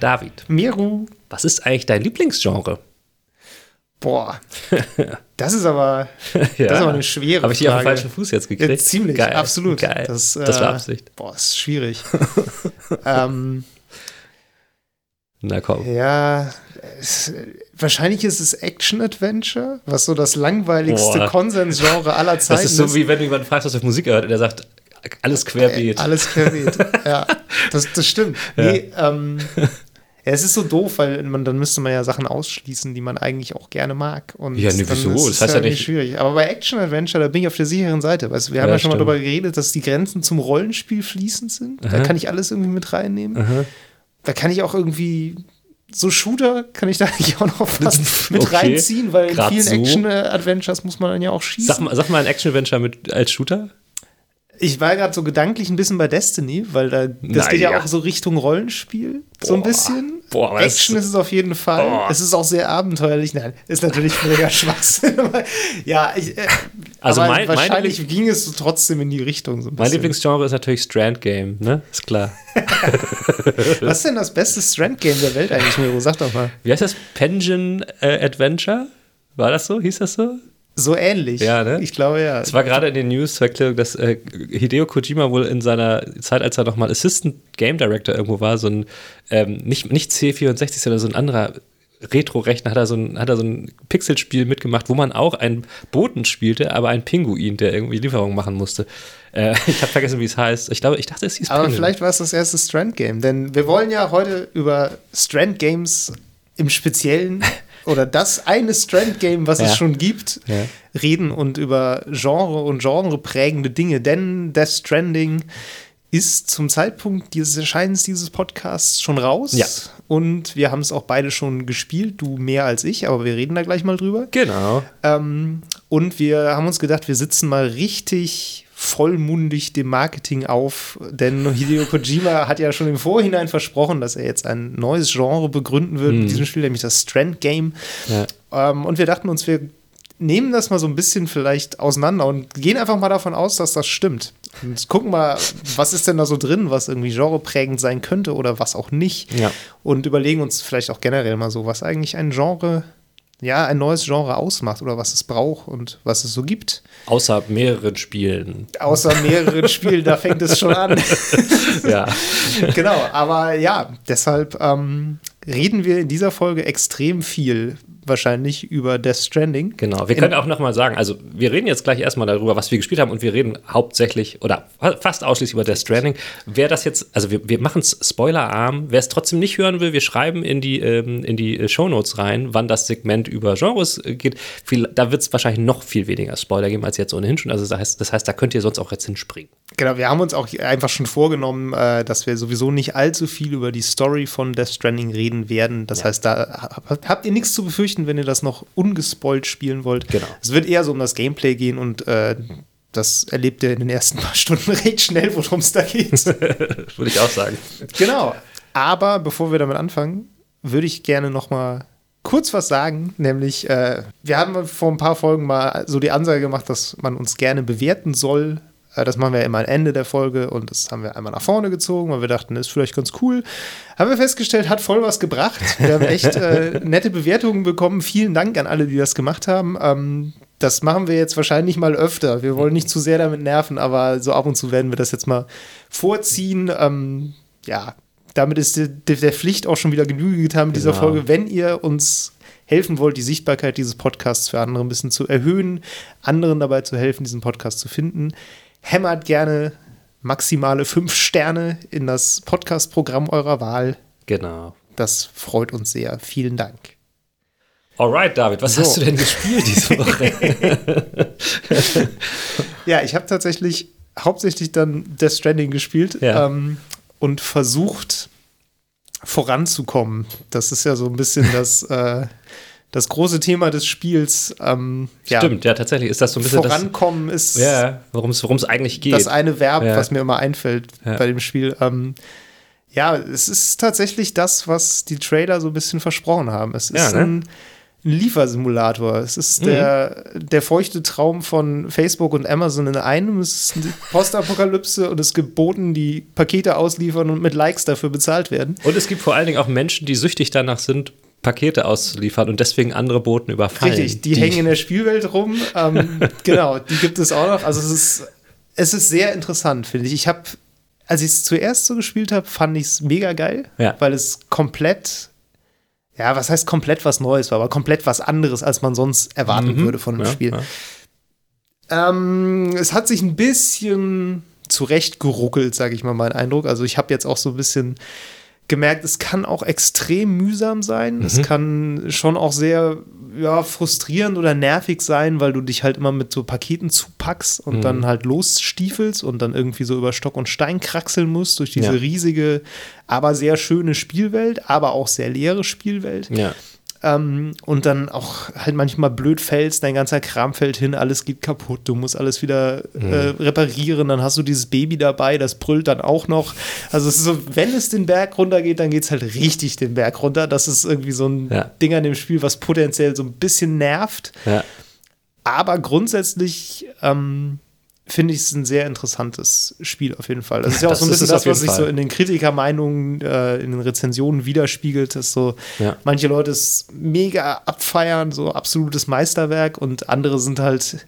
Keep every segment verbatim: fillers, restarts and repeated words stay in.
David. Miru. Was ist eigentlich dein Lieblingsgenre? Boah, das ist aber, ja. das ist aber eine schwere Habe ich dich auf den Frage. falschen Fuß jetzt gekriegt? Ja, ziemlich, Geil. absolut. Geil. Das, das war äh, Absicht. Boah, das ist schwierig. ähm, Na komm. ja, es, wahrscheinlich ist es Action-Adventure, was so das langweiligste Boah. Konsensgenre aller Zeiten Das ist so, wie wenn du jemanden fragst, was er für Musik hört, und er sagt, alles querbeet. Äh, alles querbeet, ja. Das, das stimmt. Ja. Nee, ähm, ja, es ist so doof, weil man, dann müsste man ja Sachen ausschließen, die man eigentlich auch gerne mag. Und Ja, nee, dann wieso? ist Das es heißt ja irgendwie nicht- schwierig. Aber bei Action-Adventure, da bin ich auf der sicheren Seite. Weißt du, wir haben Ja, ja, schon stimmt. mal darüber geredet, dass die Grenzen zum Rollenspiel fließend sind. Da Aha. kann ich alles irgendwie mit reinnehmen. Aha. Da kann ich auch irgendwie so Shooter kann ich da eigentlich auch noch fast mit Okay. reinziehen, weil in Grad vielen so. Action-Adventures muss man dann ja auch schießen. Sag mal, sag mal ein Action-Adventure mit als Shooter? Ich war gerade so gedanklich ein bisschen bei Destiny, weil da, das geht ja Naja. auch so Richtung Rollenspiel, so ein Boah. bisschen. Boah, aber das- Action ist es auf jeden Fall. Boah. Es ist auch sehr abenteuerlich. Nein, ist natürlich völliger Schwachsinn. Aber ja, ich, äh, Also aber mein- mein wahrscheinlich ging es so trotzdem in die Richtung so ein Mein bisschen. Lieblingsgenre ist natürlich Strand Game, ne? Ist klar. Was ist denn das beste Strand-Game der Welt eigentlich, Miro? Sag doch mal. Wie heißt das? Pension äh, Adventure? War das so? Hieß das so? So ähnlich. Ja, ne? Ich glaube, ja. Es war gerade in den News zur Erklärung, dass äh, Hideo Kojima wohl in seiner Zeit, als er nochmal Assistant Game Director irgendwo war, so ein, ähm, nicht, nicht C vierundsechzig, sondern so ein anderer Retro-Rechner, hat er so ein, hat er so ein Pixelspiel mitgemacht, wo man auch einen Boten spielte, aber einen Pinguin, der irgendwie Lieferungen machen musste. Äh, ich habe vergessen, wie es heißt. Ich glaube, ich dachte, es hieß Aber Penguin. vielleicht war es das erste Strand-Game, denn wir wollen ja heute über Strand-Games im Speziellen oder das eine Strand-Game, was Ja. es schon gibt, Ja. reden und über Genre und genreprägende Dinge, denn Death Stranding ist zum Zeitpunkt des Erscheinens dieses Podcasts schon raus. Ja. Und wir haben es auch beide schon gespielt, du mehr als ich, aber wir reden da gleich mal drüber. Genau. Ähm, und wir haben uns gedacht, wir sitzen mal richtig vollmundig dem Marketing auf, denn Hideo Kojima hat ja schon im Vorhinein versprochen, dass er jetzt ein neues Genre begründen wird mit diesem Spiel, nämlich das Strand Game. Ja. Ähm, und wir dachten uns, wir nehmen das mal so ein bisschen vielleicht auseinander und gehen einfach mal davon aus, dass das stimmt. Und gucken mal, was ist denn da so drin, was irgendwie genreprägend sein könnte oder was auch nicht. Ja. Und überlegen uns vielleicht auch generell mal so, was eigentlich ein Genre, ja, ein neues Genre ausmacht oder was es braucht und was es so gibt. Außer mehreren Spielen. Außer mehreren Spielen, da fängt es schon an. Ja. Genau, aber ja, deshalb ähm, reden wir in dieser Folge extrem viel wahrscheinlich über Death Stranding. Genau, wir können auch noch mal sagen, also wir reden jetzt gleich erstmal darüber, was wir gespielt haben und wir reden hauptsächlich oder fast ausschließlich über Death Stranding. Wer das jetzt, also wir, wir machen es spoilerarm, wer es trotzdem nicht hören will, wir schreiben in die, ähm, in die Shownotes rein, wann das Segment über Genres geht. Viel, da wird es wahrscheinlich noch viel weniger Spoiler geben als jetzt ohnehin schon, also das heißt, das heißt, da könnt ihr sonst auch jetzt hinspringen. Genau, wir haben uns auch einfach schon vorgenommen, äh, dass wir sowieso nicht allzu viel über die Story von Death Stranding reden werden. Das Ja. heißt, da hab, habt ihr nichts zu befürchten, wenn ihr das noch ungespoilt spielen wollt. Genau. Es wird eher so um das Gameplay gehen und äh, das erlebt ihr in den ersten paar Stunden recht schnell, worum es da geht. Würde ich auch sagen. Genau. Aber bevor wir damit anfangen, würde ich gerne noch mal kurz was sagen, nämlich äh, wir haben vor ein paar Folgen mal so die Ansage gemacht, dass man uns gerne bewerten soll. Äh, das machen wir immer am Ende der Folge und das haben wir einmal nach vorne gezogen, weil wir dachten, das ist vielleicht ganz cool. Haben wir festgestellt, hat voll was gebracht. Wir haben echt äh, nette Bewertungen bekommen. Vielen Dank an alle, die das gemacht haben. Ähm, das machen wir jetzt wahrscheinlich mal öfter. Wir wollen nicht zu sehr damit nerven, aber so ab und zu werden wir das jetzt mal vorziehen. Ähm, ja, damit ist der, der Pflicht auch schon wieder Genüge getan mit dieser Genau. Folge. Wenn ihr uns helfen wollt, die Sichtbarkeit dieses Podcasts für andere ein bisschen zu erhöhen, anderen dabei zu helfen, diesen Podcast zu finden, hämmert gerne maximale fünf Sterne in das Podcast-Programm eurer Wahl. Genau. Das freut uns sehr. Vielen Dank. Alright, David, was So. hast du denn gespielt diese Woche? Ja, ich habe tatsächlich hauptsächlich dann Death Stranding gespielt Ja. ähm, und versucht voranzukommen. Das ist ja so ein bisschen das, äh, das große Thema des Spiels. Ähm, ja, Stimmt, ja, tatsächlich ist das so ein bisschen vorankommen ist das, ja, worum es eigentlich geht. das eine Verb, Ja. was mir immer einfällt Ja. bei dem Spiel. Ähm, ja, es ist tatsächlich das, was die Trailer so ein bisschen versprochen haben. Es ist Ja, ne? ein ein Liefersimulator. Es ist mhm. der, der feuchte Traum von Facebook und Amazon in einem. Es ist eine Postapokalypse und es gibt Boten, die Pakete ausliefern und mit Likes dafür bezahlt werden. Und es gibt vor allen Dingen auch Menschen, die süchtig danach sind, Pakete auszuliefern und deswegen andere Boten überfallen. Richtig, die, die hängen in der Spielwelt rum. Ähm, genau, die gibt es auch noch. Also es ist, es ist sehr interessant, finde ich. Ich habe, als ich es zuerst so gespielt habe, fand ich es mega geil, ja. weil es komplett Ja, was heißt komplett was Neues war, aber komplett was anderes, als man sonst erwarten mhm. würde von einem ja, Spiel. Ja. Ähm, es hat sich ein bisschen zurechtgeruckelt, sage ich mal, mein Eindruck. Also ich habe jetzt auch so ein bisschen gemerkt, es kann auch extrem mühsam sein. Mhm. Es kann schon auch sehr ja, frustrierend oder nervig sein, weil du dich halt immer mit so Paketen zupackst und mhm. dann halt losstiefelst und dann irgendwie so über Stock und Stein kraxeln musst durch diese ja. riesige, aber sehr schöne Spielwelt, aber auch sehr leere Spielwelt. Ja. Ähm, und dann auch halt manchmal blöd fällst, dein ganzer Kram fällt hin, alles geht kaputt, du musst alles wieder mhm. äh, reparieren, dann hast du dieses Baby dabei, das brüllt dann auch noch. Also es ist so, wenn es den Berg runter geht, dann geht es halt richtig den Berg runter. Das ist irgendwie so ein ja. Ding an dem Spiel, was potenziell so ein bisschen nervt. Ja. Aber grundsätzlich ähm, finde ich es ein sehr interessantes Spiel auf jeden Fall. Das ist ja auch das so ein bisschen das, was sich so in den Kritikermeinungen, äh, in den Rezensionen widerspiegelt, dass so ja. manche Leute es mega abfeiern, so absolutes Meisterwerk und andere sind halt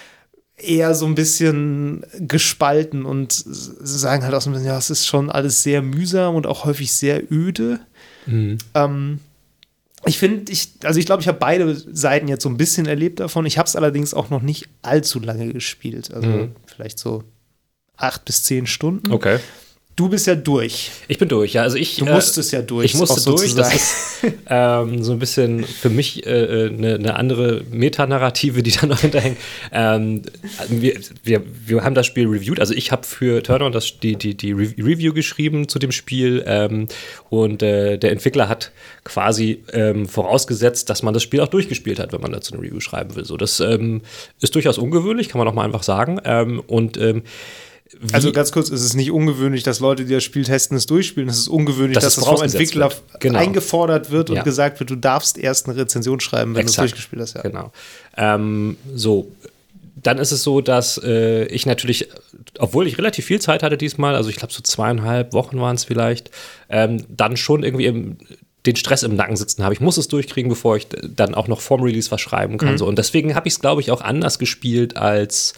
eher so ein bisschen gespalten und sagen halt auch so ein bisschen, ja, es ist schon alles sehr mühsam und auch häufig sehr öde. Mhm. Ähm, Ich finde, ich, also ich glaube, ich habe beide Seiten jetzt so ein bisschen erlebt davon. Ich habe es allerdings auch noch nicht allzu lange gespielt. Also mhm. vielleicht so acht bis zehn Stunden. Okay. Du bist ja durch. Ich bin durch, ja. Also ich, du musstest äh, ja durch. Ich musste durch. Das ist ähm, so ein bisschen für mich äh, eine, eine andere Metanarrative, die da noch hinterhängt. Ähm, wir, wir, wir haben das Spiel reviewed. Also ich habe für Turner das, die, die, die Review geschrieben zu dem Spiel. Ähm, und äh, der Entwickler hat quasi ähm, vorausgesetzt, dass man das Spiel auch durchgespielt hat, wenn man dazu eine Review schreiben will. So, das ähm, ist durchaus ungewöhnlich, kann man auch mal einfach sagen. Ähm, und ähm, Wie? Also ganz kurz, es ist nicht ungewöhnlich, dass Leute, die das Spiel testen, es durchspielen. Es ist ungewöhnlich, das dass das vom Entwickler genau. eingefordert wird und ja. gesagt wird, du darfst erst eine Rezension schreiben, wenn du es durchgespielt hast. Ja. Genau. Ähm, so, dann ist es so, dass äh, ich natürlich, obwohl ich relativ viel Zeit hatte diesmal, also ich glaube so zweieinhalb Wochen waren es vielleicht, ähm, dann schon irgendwie im den Stress im Nacken sitzen habe. Ich muss es durchkriegen, bevor ich dann auch noch vorm Release was schreiben kann. Mhm. So. Und deswegen habe ich es, glaube ich, auch anders gespielt, als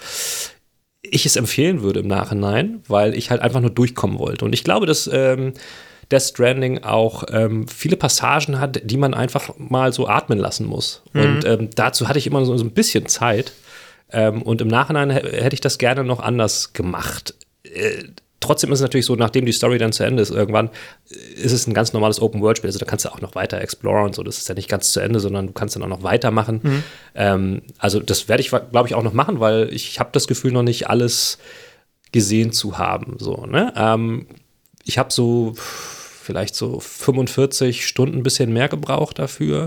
ich es empfehlen würde im Nachhinein, weil ich halt einfach nur durchkommen wollte. Und ich glaube, dass ähm, Death Stranding auch ähm, viele Passagen hat, die man einfach mal so atmen lassen muss. Mhm. Und ähm, dazu hatte ich immer so, so ein bisschen Zeit. Ähm, und im Nachhinein h- hätte ich das gerne noch anders gemacht. Äh, Trotzdem ist es natürlich so, nachdem die Story dann zu Ende ist, irgendwann ist es ein ganz normales Open-World-Spiel. Also da kannst du auch noch weiter exploren und so. Das ist ja nicht ganz zu Ende, sondern du kannst dann auch noch weitermachen. Mhm. Ähm, also das werde ich, glaube ich, auch noch machen, weil ich habe das Gefühl, noch nicht alles gesehen zu haben. So, ne? ähm, ich habe so vielleicht so fünfundvierzig Stunden, ein bisschen mehr gebraucht dafür.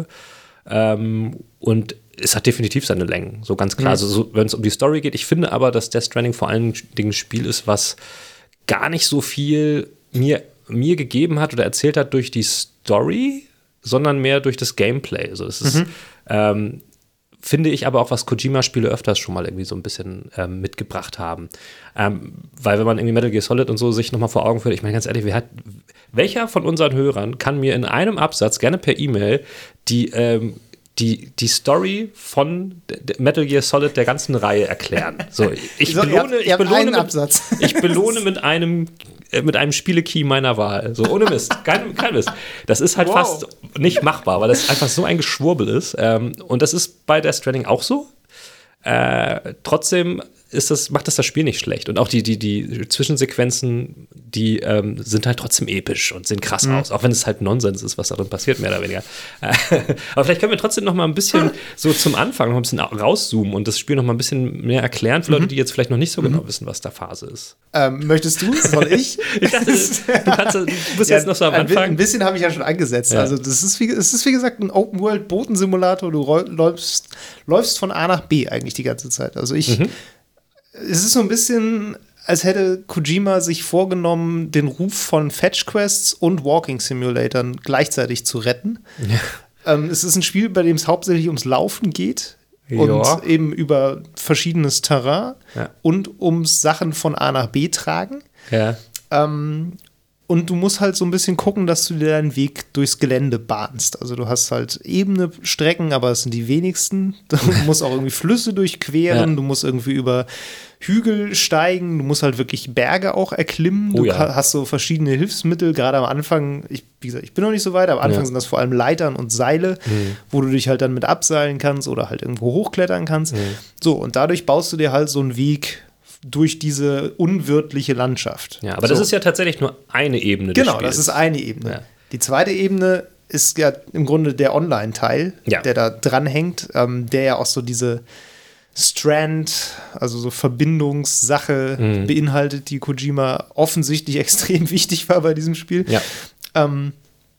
Ähm, und es hat definitiv seine Längen, so ganz klar. Mhm. Also so, wenn es um die Story geht. Ich finde aber, dass Death Stranding vor allen Dingen ein Spiel ist, was gar nicht so viel mir, mir gegeben hat oder erzählt hat durch die Story, sondern mehr durch das Gameplay. Also das ist, mhm. ähm, finde ich aber auch, was Kojima-Spiele öfters schon mal irgendwie so ein bisschen ähm, mitgebracht haben. Ähm, weil wenn man irgendwie Metal Gear Solid und so sich nochmal vor Augen führt, ich meine ganz ehrlich, wer hat, welcher von unseren Hörern kann mir in einem Absatz, gerne per E-Mail, die ähm, Die, die Story von Metal Gear Solid der ganzen Reihe erklären. So, ich so, belohne, ihr habt, ihr ich belohne, einen mit, Absatz. ich belohne mit einem äh, mit einem Spielekey meiner Wahl. So, ohne Mist. Kein, kein Mist. Das ist halt wow. fast nicht machbar, weil das einfach so ein Geschwurbel ist. Ähm, und das ist bei Death Stranding auch so. Äh, trotzdem ist das, macht das das Spiel nicht schlecht. Und auch die, die, die Zwischensequenzen, die ähm, sind halt trotzdem episch und sehen krass mhm. aus. Auch wenn es halt Nonsens ist, was darin passiert, mehr oder weniger. Äh, aber vielleicht können wir trotzdem noch mal ein bisschen so zum Anfang noch ein bisschen rauszoomen und das Spiel noch mal ein bisschen mehr erklären für Leute, mhm. die jetzt vielleicht noch nicht so genau mhm. wissen, was da Phase ist. Ähm, möchtest du? Soll ich? Ich dachte, du, kannst, du bist ja, jetzt noch so am Anfang. Ein bisschen habe ich ja schon angesetzt. Ja. Also das ist, wie, es ist wie gesagt ein Open-World-Botensimulator. Du läufst, läufst von A nach B eigentlich die ganze Zeit. Also ich mhm. Es ist so ein bisschen, als hätte Kojima sich vorgenommen, den Ruf von Fetch-Quests und Walking-Simulatoren gleichzeitig zu retten. Ähm, es ist ein Spiel, bei dem es hauptsächlich ums Laufen geht. Und Ja. eben über verschiedenes Terrain Ja. und ums Sachen von A nach B tragen. Ja. Ähm, und du musst halt so ein bisschen gucken, dass du dir deinen Weg durchs Gelände bahnst. Also du hast halt ebene Strecken, aber es sind die wenigsten. Du musst auch irgendwie Flüsse durchqueren, Ja. du musst irgendwie über Hügel steigen, du musst halt wirklich Berge auch erklimmen. Oh du ja. ka- hast so verschiedene Hilfsmittel, gerade am Anfang, ich, wie gesagt, ich bin noch nicht so weit, am Anfang Ja. sind das vor allem Leitern und Seile, wo du dich halt dann mit abseilen kannst oder halt irgendwo hochklettern kannst. So, und dadurch baust du dir halt so einen Weg durch diese unwirtliche Landschaft. Ja, aber so. das ist ja tatsächlich nur eine Ebene des Genau, Spiels. das ist eine Ebene. Ja. Die zweite Ebene ist ja im Grunde der Online-Teil, Ja. der da dranhängt, ähm, der ja auch so diese Strand, also so Verbindungssache Mhm. beinhaltet, die Kojima offensichtlich extrem wichtig war bei diesem Spiel. Ja. Ähm,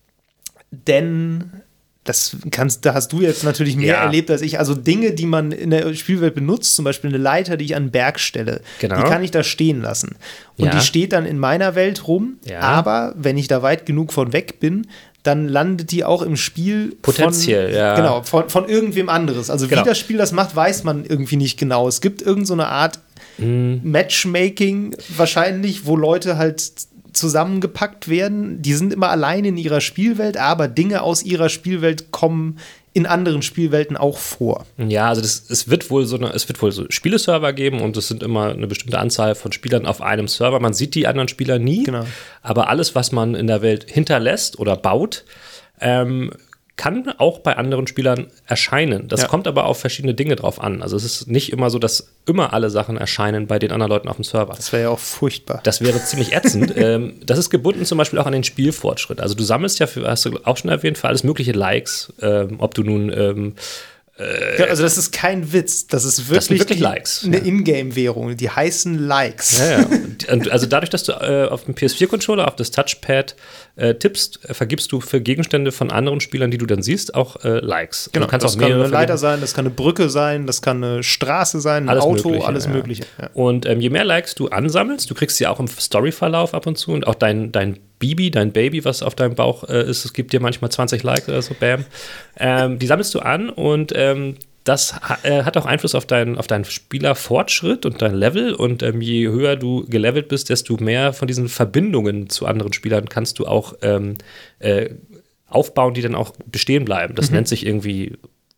denn das kannst, da hast du jetzt natürlich mehr Ja. erlebt als ich. Also Dinge, die man in der Spielwelt benutzt, zum Beispiel eine Leiter, die ich an einen Berg stelle, Genau. die kann ich da stehen lassen. Und Ja. die steht dann in meiner Welt rum, Ja. aber wenn ich da weit genug von weg bin, dann landet die auch im Spiel Potenziell, von, ja. genau, von, von irgendwem anderes. Also Genau. wie das Spiel das macht, weiß man irgendwie nicht genau. Es gibt irgend so eine Art Mhm. Matchmaking wahrscheinlich, wo Leute halt zusammengepackt werden. Die sind immer allein in ihrer Spielwelt, aber Dinge aus ihrer Spielwelt kommen in anderen Spielwelten auch vor. Ja, also das, es wird wohl so eine, es wird wohl so Spieleserver geben und es sind immer eine bestimmte Anzahl von Spielern auf einem Server. Man sieht die anderen Spieler nie, Genau. aber alles, was man in der Welt hinterlässt oder baut, ähm, kann auch bei anderen Spielern erscheinen. Das Ja. kommt aber auf verschiedene Dinge drauf an. Also es ist nicht immer so, dass immer alle Sachen erscheinen bei den anderen Leuten auf dem Server. Das wäre ja auch furchtbar. Das wäre ziemlich ätzend. ähm, das ist gebunden zum Beispiel auch an den Spielfortschritt. Also du sammelst ja, für, hast du auch schon erwähnt, für alles mögliche Likes, ähm, ob du nun ähm, Ja, also das ist kein Witz. Das ist wirklich, sind wirklich die- Likes, eine ja. Ingame-Währung. Die heißen Likes. Ja, ja. Und, und also dadurch, dass du äh, auf dem P S vier Controller, auf das Touchpad äh, tippst, äh, vergibst du für Gegenstände von anderen Spielern, die du dann siehst, auch äh, Likes. Genau, du kannst das auch kann mehrere eine Leiter vergeben. sein, das kann eine Brücke sein, das kann eine Straße sein, ein Alles Auto, Mögliche, alles ja. Mögliche. Ja. Und ähm, je mehr Likes du ansammelst, du kriegst sie auch im Storyverlauf ab und zu und auch dein, dein Baby, dein Baby, was auf deinem Bauch äh, ist, es gibt dir manchmal zwanzig Likes oder so, bam. Ähm, die sammelst du an und ähm, das ha äh, hat auch Einfluss auf, dein, auf deinen Spielerfortschritt und dein Level. Und ähm, je höher du gelevelt bist, desto mehr von diesen Verbindungen zu anderen Spielern kannst du auch ähm, äh, aufbauen, die dann auch bestehen bleiben. Das Mhm. nennt sich irgendwie,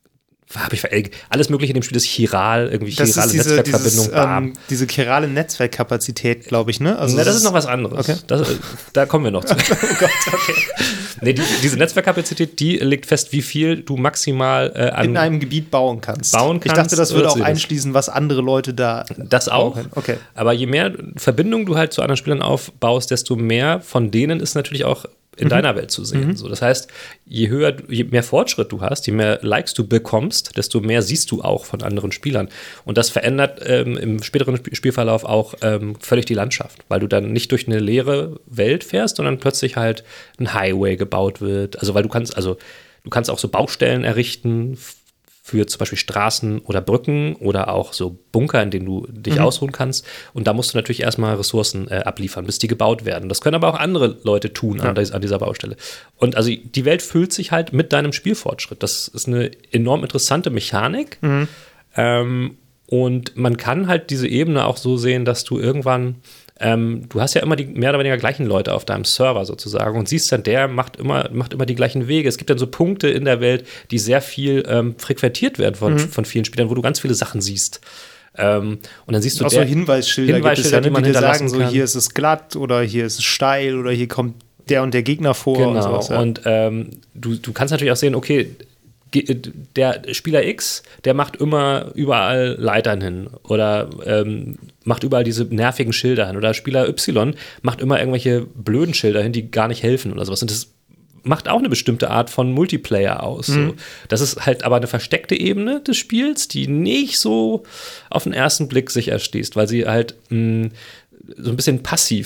hab ich, ver- alles Mögliche in dem Spiel ist chiral, irgendwie Das chirale ist diese, Netzwerkverbindung. dieses, bam. ähm, diese chirale Netzwerkkapazität, glaube ich, ne? Also Na, das es ist noch was anderes. Okay. Das, äh, da kommen wir noch zu. Oh Gott, okay. Nee, die, diese Netzwerkkapazität, die legt fest, wie viel du maximal äh, an. In einem Gebiet bauen kannst. Bauen Ich dachte, kannst, das würde wird auch sie das. einschließen, was andere Leute da. Das auch. brauchen. Okay. Aber je mehr Verbindung du halt zu anderen Spielern aufbaust, desto mehr von denen ist natürlich auch in Mhm. deiner Welt zu sehen. So, das heißt, je höher, du- je mehr Fortschritt du hast, je mehr Likes du bekommst, desto mehr siehst du auch von anderen Spielern. Und das verändert ähm, im späteren Sp- Spielverlauf auch ähm, völlig die Landschaft, weil du dann nicht durch eine leere Welt fährst, sondern plötzlich halt ein Highway gebaut wird. Also weil du kannst, also du kannst auch so Baustellen errichten f- für zum Beispiel Straßen oder Brücken oder auch so Bunker, in denen du dich Mhm. ausruhen kannst. Und da musst du natürlich erstmal Ressourcen äh, abliefern, bis die gebaut werden. Das können aber auch andere Leute tun Ja. an, dies, an dieser Baustelle. Und also die Welt füllt sich halt mit deinem Spielfortschritt. Das ist eine enorm interessante Mechanik. Mhm. Ähm, und man kann halt diese Ebene auch so sehen, dass du irgendwann Ähm, du hast ja immer die mehr oder weniger gleichen Leute auf deinem Server sozusagen und siehst dann, der macht immer, macht immer die gleichen Wege. Es gibt dann so Punkte in der Welt, die sehr viel ähm, frequentiert werden von, Mhm. von vielen Spielern, wo du ganz viele Sachen siehst. Ähm, und dann siehst du Auch so Hinweisschilder, Hinweisschilder, gibt es ja, die ne, man die dir hinterlassen sagen, so kann. hier ist es glatt oder hier ist es steil oder hier kommt der und der Gegner vor. Und, Genau. sowas, ja. Und ähm, du, du kannst natürlich auch sehen, okay, ge- der Spieler X, der macht immer überall Leitern hin oder ähm, macht überall diese nervigen Schilder hin. Oder Spieler Y macht immer irgendwelche blöden Schilder hin, die gar nicht helfen oder sowas. Und das macht auch eine bestimmte Art von Multiplayer aus. Mhm. So. Das ist halt aber eine versteckte Ebene des Spiels, die nicht so auf den ersten Blick sich erschließt, weil sie halt mh, so ein bisschen passiv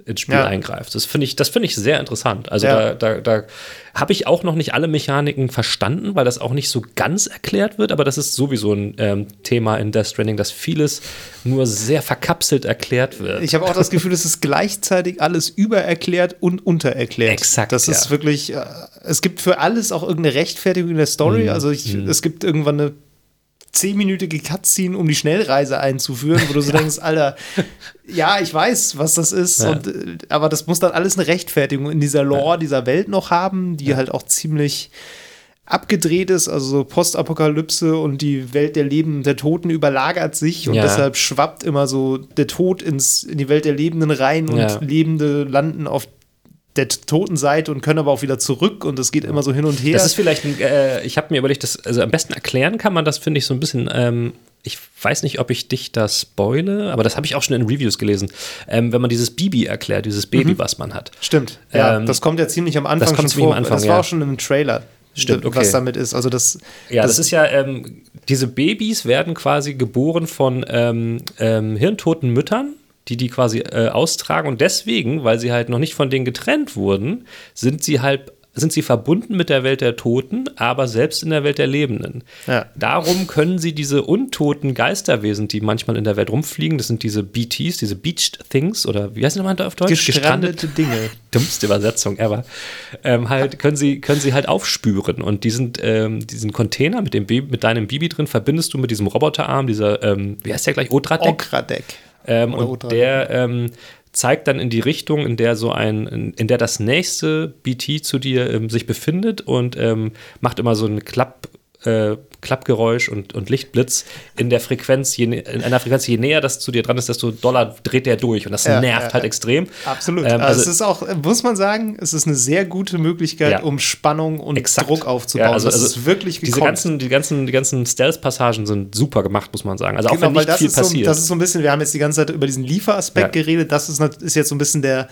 ins Spiel Ja. eingreift. Das finde ich, das finde ich sehr interessant. Also Ja. da, da, da habe ich auch noch nicht alle Mechaniken verstanden, weil das auch nicht so ganz erklärt wird, aber das ist sowieso ein ähm, Thema in Death Stranding, dass vieles nur sehr verkapselt erklärt wird. Ich habe auch das Gefühl, es ist gleichzeitig alles übererklärt und untererklärt. Exakt, Das ist ja. wirklich, äh, es gibt für alles auch irgendeine Rechtfertigung in der Story. Mhm. Also ich, Mhm. es gibt irgendwann eine zehnminütige Cutscene, um die Schnellreise einzuführen, wo du so denkst, Alter, ja, ich weiß, was das ist, Ja. und, äh, aber das muss dann alles eine Rechtfertigung in dieser Lore Ja. dieser Welt noch haben, die Ja. halt auch ziemlich abgedreht ist, also so Postapokalypse und die Welt der Lebenden, der Toten überlagert sich und Ja. deshalb schwappt immer so der Tod ins, in die Welt der Lebenden rein und Ja. Lebende landen auf der toten Seite und können aber auch wieder zurück und es geht immer so hin und her. Das ist vielleicht, ein, äh, ich habe mir überlegt, dass, also am besten erklären kann man das, finde ich, so ein bisschen, ähm, ich weiß nicht, ob ich dich da spoile, aber das habe ich auch schon in Reviews gelesen, ähm, wenn man dieses Baby erklärt, dieses Baby, Mhm. was man hat. Stimmt, ja, Ähm, das kommt ja ziemlich am Anfang das kommt schon ziemlich vor. am Anfang, das war ja. auch schon im Trailer, Stimmt, okay. was damit ist. Also das, Ja, das, das ist ja, ähm, diese Babys werden quasi geboren von ähm, ähm, hirntoten Müttern, die die quasi äh, austragen und deswegen, weil sie halt noch nicht von denen getrennt wurden, sind sie halt sind sie verbunden mit der Welt der Toten, aber selbst in der Welt der Lebenden. Ja. Darum können sie diese untoten Geisterwesen, die manchmal in der Welt rumfliegen, das sind diese B Ts, diese Beached Things, oder wie heißt die nochmal auf Deutsch? gestrandete Dinge. Dummste Übersetzung ever. Ähm, halt, können sie, können sie halt aufspüren. Und diesen, ähm, diesen Container mit, dem Baby, mit deinem Baby drin verbindest du mit diesem Roboterarm, dieser, ähm, wie heißt der gleich? Odradek? Okradek. Ähm, Oder und Odradek. der ähm, zeigt dann in die Richtung, in der so ein, in, in der das nächste B T zu dir ähm, sich befindet und ähm, macht immer so ein Klapp, äh, Klappgeräusch und, und Lichtblitz in der Frequenz, je, in einer Frequenz, je näher das zu dir dran ist, desto doller dreht der durch und das Ja, nervt ja, halt ja. extrem. Absolut. Ähm, also, also- es ist auch, muss man sagen, es ist eine sehr gute Möglichkeit, Ja. um Spannung und Exakt. Druck aufzubauen. Ja, also, das also ist wirklich diese gekonnt. ganzen, die ganzen, die ganzen Stealth-Passagen sind super gemacht, muss man sagen. Also auch Genau, wenn weil nicht das viel ist, so, passiert. das ist so ein bisschen, wir haben jetzt die ganze Zeit über diesen Lieferaspekt Ja. geredet, das ist, nat- ist jetzt so ein bisschen der,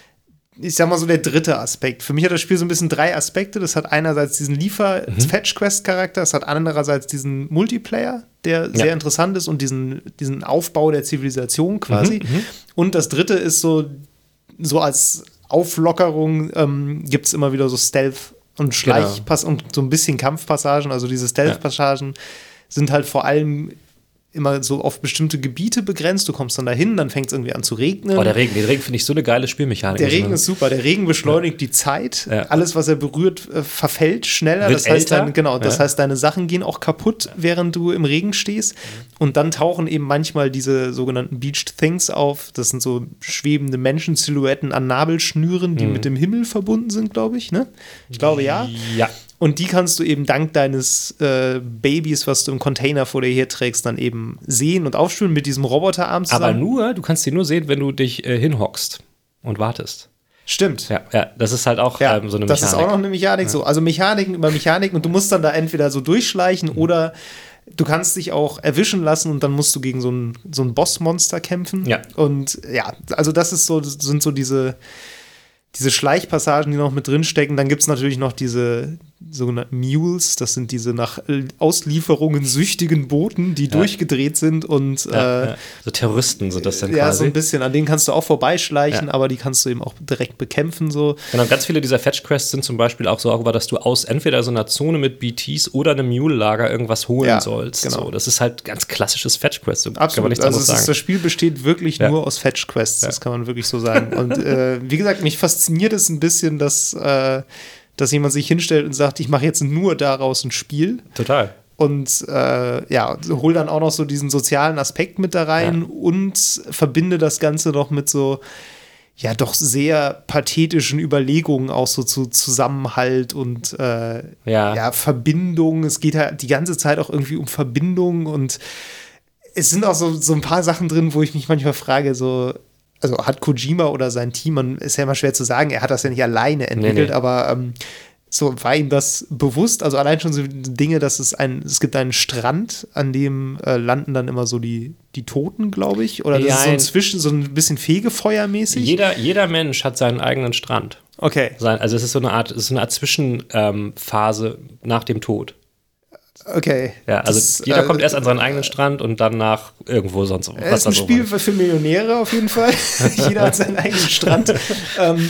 ich sag mal so der dritte Aspekt. Für mich hat das Spiel so ein bisschen drei Aspekte. Das hat einerseits diesen Mhm. Liefer-Fetch-Quest-Charakter, es hat andererseits diesen Multiplayer, der sehr Ja. interessant ist und diesen, diesen Aufbau der Zivilisation quasi. Mhm, Und das dritte ist so, so als Auflockerung ähm, gibt es immer wieder so Stealth- und Schleichpass und so ein bisschen Kampfpassagen. Also diese Stealth-Passagen sind halt vor allem immer so auf bestimmte Gebiete begrenzt. Du kommst dann dahin, dann fängt es irgendwie an zu regnen. Oh, der Regen, den Regen finde ich so eine geile Spielmechanik. Der muss Regen man- ist super. Der Regen beschleunigt die Zeit. Ja. Alles, was er berührt, äh, verfällt schneller. Wird das heißt, älter. dein, genau, das Ja. heißt, deine Sachen gehen auch kaputt, während du im Regen stehst. Und dann tauchen eben manchmal diese sogenannten Beached Things auf. Das sind so schwebende Menschensilhouetten an Nabelschnüren, die Mhm. mit dem Himmel verbunden sind, glaube ich. Ne? Ich glaube, ja. Ja. Und die kannst du eben dank deines äh, Babys, was du im Container vor dir herträgst, dann eben sehen und aufspüren mit diesem Roboterarm zusammen. Aber nur, du kannst die nur sehen, wenn du dich äh, hinhockst und wartest. Stimmt. Ja, ja, das ist halt auch Ja, ähm, so eine das Mechanik. ist auch noch eine Mechanik. So. Also Mechaniken über Mechaniken und du musst dann da entweder so durchschleichen Mhm. oder du kannst dich auch erwischen lassen und dann musst du gegen so ein, so ein Bossmonster kämpfen. Ja. Und ja, also das ist so, das sind so diese, diese Schleichpassagen, die noch mit drinstecken. Dann gibt es natürlich noch diese sogenannten Mules, das sind diese nach Auslieferungen süchtigen Boten, die Ja. durchgedreht sind und Ja, äh, ja. So Terroristen sind das dann ja, quasi. so ein bisschen, an denen kannst du auch vorbeischleichen, Ja. aber die kannst du eben auch direkt bekämpfen. So. Genau, ganz viele dieser Fetch-Quests sind zum Beispiel auch so, auch, dass du aus entweder so einer Zone mit B Ts oder einem Mule-Lager irgendwas holen Ja, sollst. genau. So, das ist halt ganz klassisches Fetch-Quest. So kann man Absolut. nichts Also anderes es ist, sagen. das Spiel besteht wirklich Ja. nur aus Fetch-Quests, das kann man wirklich so sagen. Und äh, wie gesagt, mich fasziniert es ein bisschen, dass, äh, dass jemand sich hinstellt und sagt, ich mache jetzt nur daraus ein Spiel. Total. Und äh, ja, hol dann auch noch so diesen sozialen Aspekt mit da rein Ja. und verbinde das Ganze noch mit so, ja, doch sehr pathetischen Überlegungen auch so zu Zusammenhalt und äh, Ja. ja, Verbindung. Es geht halt die ganze Zeit auch irgendwie um Verbindung und es sind auch so, so ein paar Sachen drin, wo ich mich manchmal frage, so, also hat Kojima oder sein Team, man ist ja immer schwer zu sagen, er hat das ja nicht alleine entwickelt, nee. aber ähm, so war ihm das bewusst, also allein schon so Dinge, dass es ein, es gibt einen Strand, an dem äh, landen dann immer so die, die Toten, glaube ich, oder das Ja, ist so ein ein- Zwischen, so ein bisschen Fegefeuermäßig. Jeder, jeder Mensch hat seinen eigenen Strand. Okay. Sein, also es ist so eine Art, es ist so eine Art Zwischenphase ähm, Phase nach dem Tod. Okay. Ja, also das, jeder äh, kommt erst an seinen eigenen Strand und dann nach irgendwo sonst. Es ist ein Spiel für Millionäre auf jeden Fall. Jeder hat seinen eigenen Strand. ähm,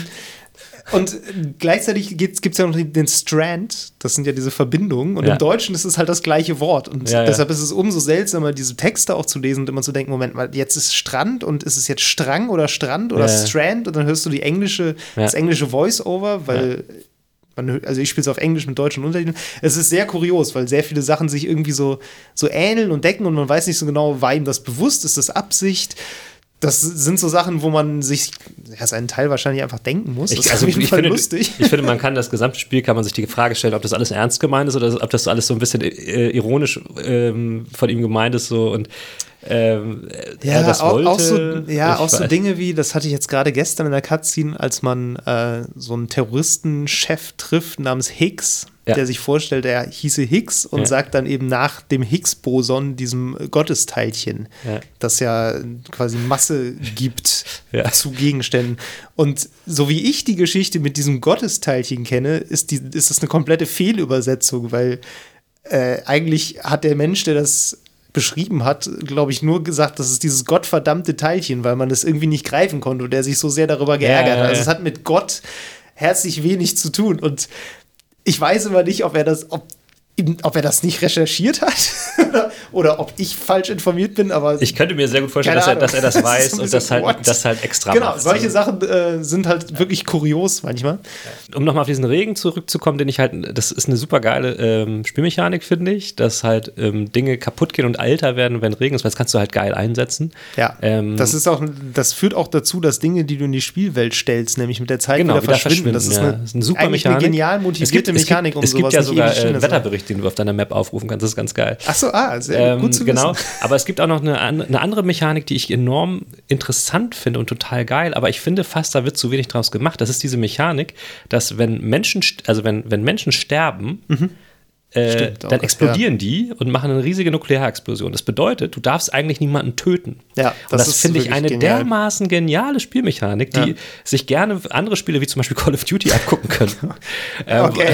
Und gleichzeitig gibt es ja noch den Strand, das sind ja diese Verbindungen. Und ja. im Deutschen ist es halt das gleiche Wort. Und ja, deshalb ja. ist es umso seltsamer, diese Texte auch zu lesen und immer zu denken, Moment mal, jetzt ist Strand und ist es jetzt Strang oder Strand oder ja. Strand? Und dann hörst du die englische, ja. das englische Voice-Over, weil ja. man, also ich spiele es auf Englisch mit deutschen Untertiteln. Es ist sehr kurios, weil sehr viele Sachen sich irgendwie so, so ähneln und decken und man weiß nicht so genau, war ihm das bewusst, ist das Absicht? Das sind so Sachen, wo man sich ja, seinen Teil wahrscheinlich einfach denken muss. Das ich, also, ist auf jeden Fall finde, lustig. Ich finde, man kann das gesamte Spiel, kann man sich die Frage stellen, ob das alles ernst gemeint ist oder ob das alles so ein bisschen äh, ironisch ähm, von ihm gemeint ist. So, und ähm, ja, er das auch, wollte. Auch so, ja, auch so Dinge wie, das hatte ich jetzt gerade gestern in der Cutscene, als man äh, so einen Terroristenchef trifft namens Higgs, ja. der sich vorstellt, er hieße Higgs und ja. sagt dann eben nach dem Higgs-Boson, diesem Gottesteilchen, ja. das ja quasi Masse gibt ja. zu Gegenständen. Und so wie ich die Geschichte mit diesem Gottesteilchen kenne, ist, die, ist das eine komplette Fehlübersetzung, weil äh, eigentlich hat der Mensch, der das beschrieben hat, glaube ich, nur gesagt, das ist dieses gottverdammte Teilchen, weil man das irgendwie nicht greifen konnte und der sich so sehr darüber geärgert hat. Ja, ja, ja. Also es hat mit Gott herzlich wenig zu tun und ich weiß immer nicht, ob er das, ob, ob er das nicht recherchiert hat oder, oder ob ich falsch informiert bin, aber ich könnte mir sehr gut vorstellen, dass er, dass er das weiß das und das halt, das halt extra genau, macht. Genau, solche Sachen äh, sind halt wirklich kurios manchmal. Um nochmal auf diesen Regen zurückzukommen, den ich halt, das ist eine super geile ähm, Spielmechanik, finde ich, dass halt ähm, Dinge kaputt gehen und älter werden, wenn Regen ist, weil das kannst du halt geil einsetzen. Ja, ähm, das ist auch, das führt auch dazu, dass Dinge, die du in die Spielwelt stellst, nämlich mit der Zeit genau, wieder, wieder verschwinden. verschwinden. Das ist, ja. eine, das ist eine super Mechanik. Eine genial motivierte es gibt, Mechanik, es gibt, um es gibt ja sogar einen Wetterbericht, den du auf deiner Map aufrufen kannst, das ist ganz geil. Ach so, ah, sehr ähm, gut zu genau. wissen. Aber es gibt auch noch eine, eine andere Mechanik, die ich enorm interessant finde und total geil, aber ich finde fast, da wird zu wenig draus gemacht. Das ist diese Mechanik, dass wenn Menschen, also wenn, wenn Menschen sterben, mhm. Äh, dann auch, explodieren ja. die und machen eine riesige Nuklearexplosion. Das bedeutet, du darfst eigentlich niemanden töten. Ja, das, das finde ich eine genial. dermaßen geniale Spielmechanik, die ja. sich gerne andere Spiele wie zum Beispiel Call of Duty abgucken können. ähm, okay.